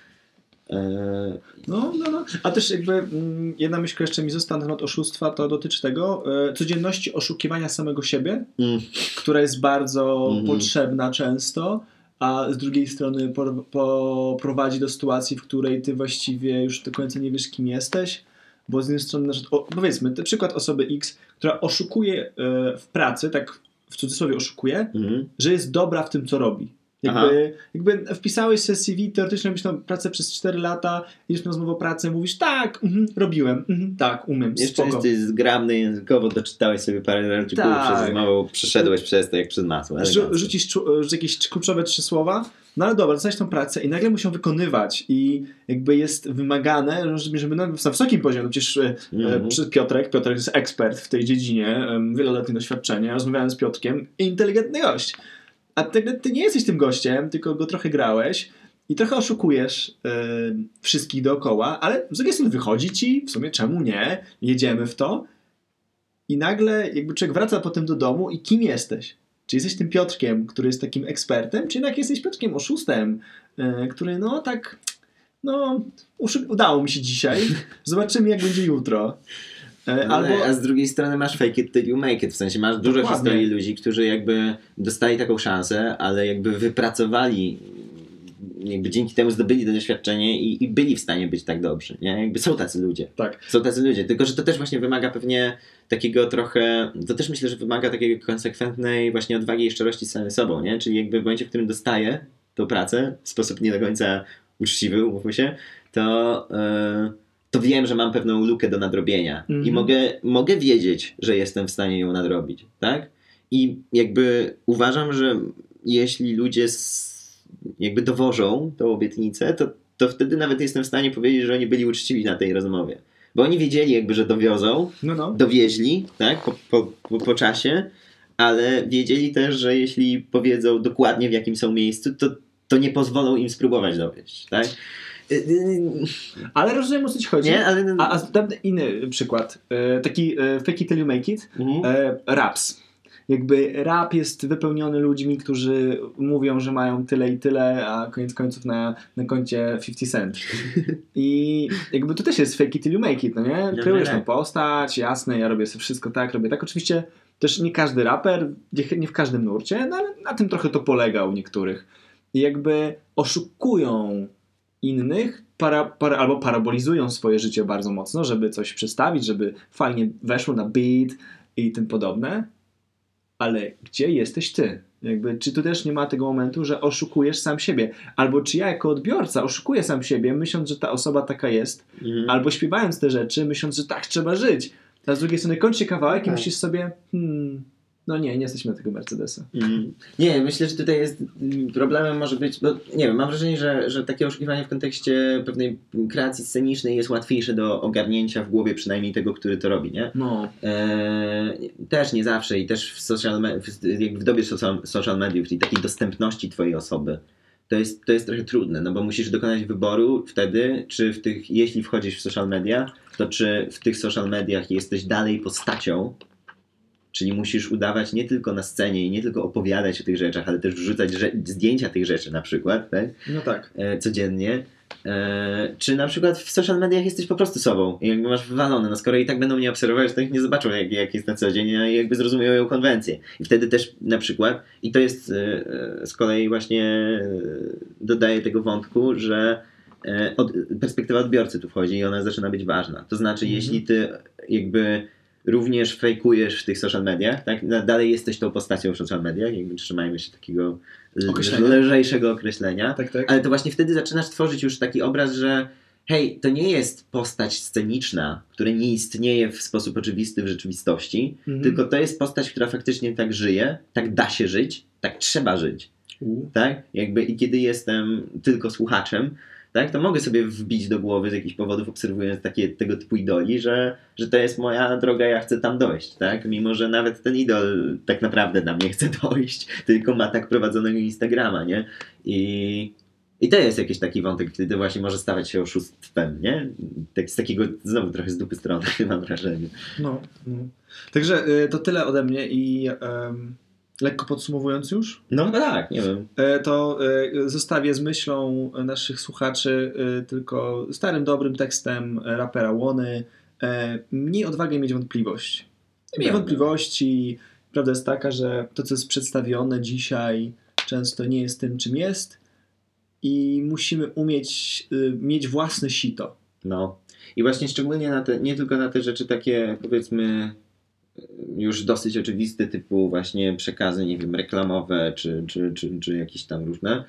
Speaker 2: No. A też jakby jedna myśl, która jeszcze mi została na temat oszustwa, to dotyczy tego codzienności oszukiwania samego siebie, która jest bardzo potrzebna często, a z drugiej strony prowadzi do sytuacji, w której ty właściwie już do końca nie wiesz, kim jesteś. Bo z jednej strony, powiedzmy, ten przykład osoby X, która oszukuje w pracy, tak w cudzysłowie oszukuje, że jest dobra w tym, co robi. Jakby wpisałeś sobie CV, teoretycznie robisz tam pracę przez 4 lata, idziesz na rozmowę o pracę, mówisz tak, robiłem, tak, umiem,
Speaker 1: jeszcze
Speaker 2: spoko.
Speaker 1: jesteś zgrabny językowo, doczytałeś sobie parę artykułów przez rozmowę, przeszedłeś przez to jak przez masło.
Speaker 2: Rzucisz jakieś kluczowe 3 słowa, no ale dobra, dostałeś tą pracę i nagle muszą wykonywać i jakby jest wymagane, żeby na wysokim poziomie, przecież Piotrek jest ekspert w tej dziedzinie, wieloletnie doświadczenie, rozmawiałem z Piotrkiem, inteligentny gość. A ty nie jesteś tym gościem, tylko go trochę grałeś i trochę oszukujesz wszystkich dookoła, ale z drugiej strony wychodzi ci, w sumie czemu nie, jedziemy w to i nagle jakby człowiek wraca potem do domu i kim jesteś? Czy jesteś tym Piotrkiem, który jest takim ekspertem, czy jednak jesteś Piotrkiem oszustem, który udało mi się dzisiaj, zobaczymy jak będzie jutro.
Speaker 1: A z drugiej strony masz fake it till you make it, w sensie masz dużo historii ludzi, którzy jakby dostali taką szansę, ale jakby wypracowali, jakby dzięki temu zdobyli to doświadczenie i byli w stanie być tak dobrzy, nie? Jakby są tacy ludzie.
Speaker 2: Tak.
Speaker 1: Są tacy ludzie, tylko że to też właśnie wymaga pewnie takiego trochę, to też myślę, że wymaga takiej konsekwentnej właśnie odwagi i szczerości z samym sobą, nie? Czyli jakby w momencie, w którym dostaję tą pracę w sposób nie do końca uczciwy, umówmy się, to wiem, że mam pewną lukę do nadrobienia i mogę wiedzieć, że jestem w stanie ją nadrobić, tak? I jakby uważam, że jeśli ludzie jakby dowożą tą obietnicę, to wtedy nawet jestem w stanie powiedzieć, że oni byli uczciwi na tej rozmowie. Bo oni wiedzieli jakby, że dowiozą, dowieźli, tak, po czasie, ale wiedzieli też, że jeśli powiedzą dokładnie w jakim są miejscu, to nie pozwolą im spróbować dowieźć, tak?
Speaker 2: Ale rozumiem, o co ci chodzi.
Speaker 1: Nie, ale...
Speaker 2: A inny przykład. Taki fake it till you make it. Raps. Jakby rap jest wypełniony ludźmi, którzy mówią, że mają tyle i tyle, a koniec końców na koncie 50 cent. I jakby to też jest fake it till you make it, no nie? Kryjesz tą postać, jasne, ja robię sobie wszystko tak, robię tak. Oczywiście też nie każdy raper, nie w każdym nurcie, no ale na tym trochę to polega u niektórych. I jakby oszukują innych, albo parabolizują swoje życie bardzo mocno, żeby coś przedstawić, żeby fajnie weszło na beat i tym podobne. Ale gdzie jesteś ty? Jakby, czy tu też nie ma tego momentu, że oszukujesz sam siebie? Albo czy ja jako odbiorca oszukuję sam siebie, myśląc, że ta osoba taka jest, albo śpiewając te rzeczy, myśląc, że tak trzeba żyć. A z drugiej strony kończy kawałek i myślisz sobie, no nie jesteśmy na tego Mercedesa.
Speaker 1: Nie, myślę, że tutaj jest problemem może być, bo nie wiem, mam wrażenie, że takie oszukiwanie w kontekście pewnej kreacji scenicznej jest łatwiejsze do ogarnięcia w głowie przynajmniej tego, który to robi, nie?
Speaker 2: No.
Speaker 1: Też nie zawsze i też w dobie social mediów i takiej dostępności twojej osoby to jest trochę trudne, no bo musisz dokonać wyboru wtedy, czy jeśli wchodzisz w social media, to czy w tych social mediach jesteś dalej postacią. Czyli musisz udawać nie tylko na scenie i nie tylko opowiadać o tych rzeczach, ale też wrzucać zdjęcia tych rzeczy na przykład, tak?
Speaker 2: No tak.
Speaker 1: Codziennie. Czy na przykład w social mediach jesteś po prostu sobą i jakby masz wywalone, no skoro i tak będą mnie obserwować, to ich nie zobaczą jak jest na co dzień i jakby zrozumieją ją konwencję. I wtedy też na przykład, i to jest z kolei właśnie dodaje tego wątku, że perspektywa odbiorcy tu wchodzi i ona zaczyna być ważna. To znaczy jeśli ty jakby również fejkujesz w tych social mediach, tak? Dalej jesteś tą postacią w social mediach, jakby trzymajmy się takiego lżejszego określenia,
Speaker 2: tak.
Speaker 1: Ale to właśnie wtedy zaczynasz tworzyć już taki obraz, że hej, to nie jest postać sceniczna, która nie istnieje w sposób oczywisty w rzeczywistości, tylko to jest postać, która faktycznie tak żyje, tak da się żyć, tak trzeba żyć. Tak? Jakby i kiedy jestem tylko słuchaczem, tak, to mogę sobie wbić do głowy z jakichś powodów, obserwując tego typu idoli, że to jest moja droga, ja chcę tam dojść, tak? Mimo że nawet ten idol tak naprawdę tam nie chce dojść, tylko ma tak prowadzonego Instagrama, nie? I to jest jakiś taki wątek, który właśnie może stawać się oszustwem, nie? Tak, z takiego, znowu trochę z dupy strony, mam wrażenie.
Speaker 2: No. Także to tyle ode mnie i lekko podsumowując już?
Speaker 1: No tak, nie wiem.
Speaker 2: To zostawię z myślą naszych słuchaczy tylko starym, dobrym tekstem rapera Łony. Mniej odwagi, mieć wątpliwość. Miej wątpliwości. Prawda jest taka, że to, co jest przedstawione dzisiaj, często nie jest tym, czym jest i musimy umieć mieć własne sito.
Speaker 1: No. I właśnie szczególnie nie tylko na te rzeczy takie, powiedzmy, już dosyć oczywiste, typu właśnie przekazy, nie wiem, reklamowe, czy jakieś tam różne,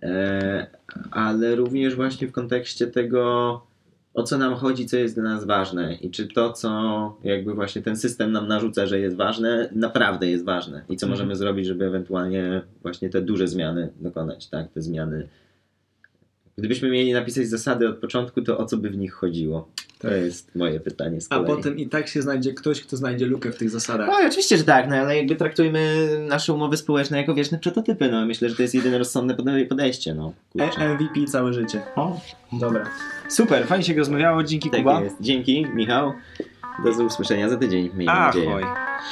Speaker 1: ale również właśnie w kontekście tego, o co nam chodzi, co jest dla nas ważne i czy to, co jakby właśnie ten system nam narzuca, że jest ważne, naprawdę jest ważne i co możemy zrobić, żeby ewentualnie właśnie te duże zmiany dokonać, tak, te zmiany. Gdybyśmy mieli napisać zasady od początku, to o co by w nich chodziło? To jest moje pytanie z kolei.
Speaker 2: A potem i tak się znajdzie ktoś, kto znajdzie lukę w tych zasadach.
Speaker 1: No oczywiście, że tak, no ale jakby traktujmy nasze umowy społeczne jako wieczne prototypy, no myślę, że to jest jedyne rozsądne podejście, no.
Speaker 2: MVP całe życie. Dobra. Super, fajnie się rozmawiało, dzięki
Speaker 1: tak
Speaker 2: Kuba.
Speaker 1: Jest. Dzięki Michał, do usłyszenia za tydzień, miejmy nadzieję.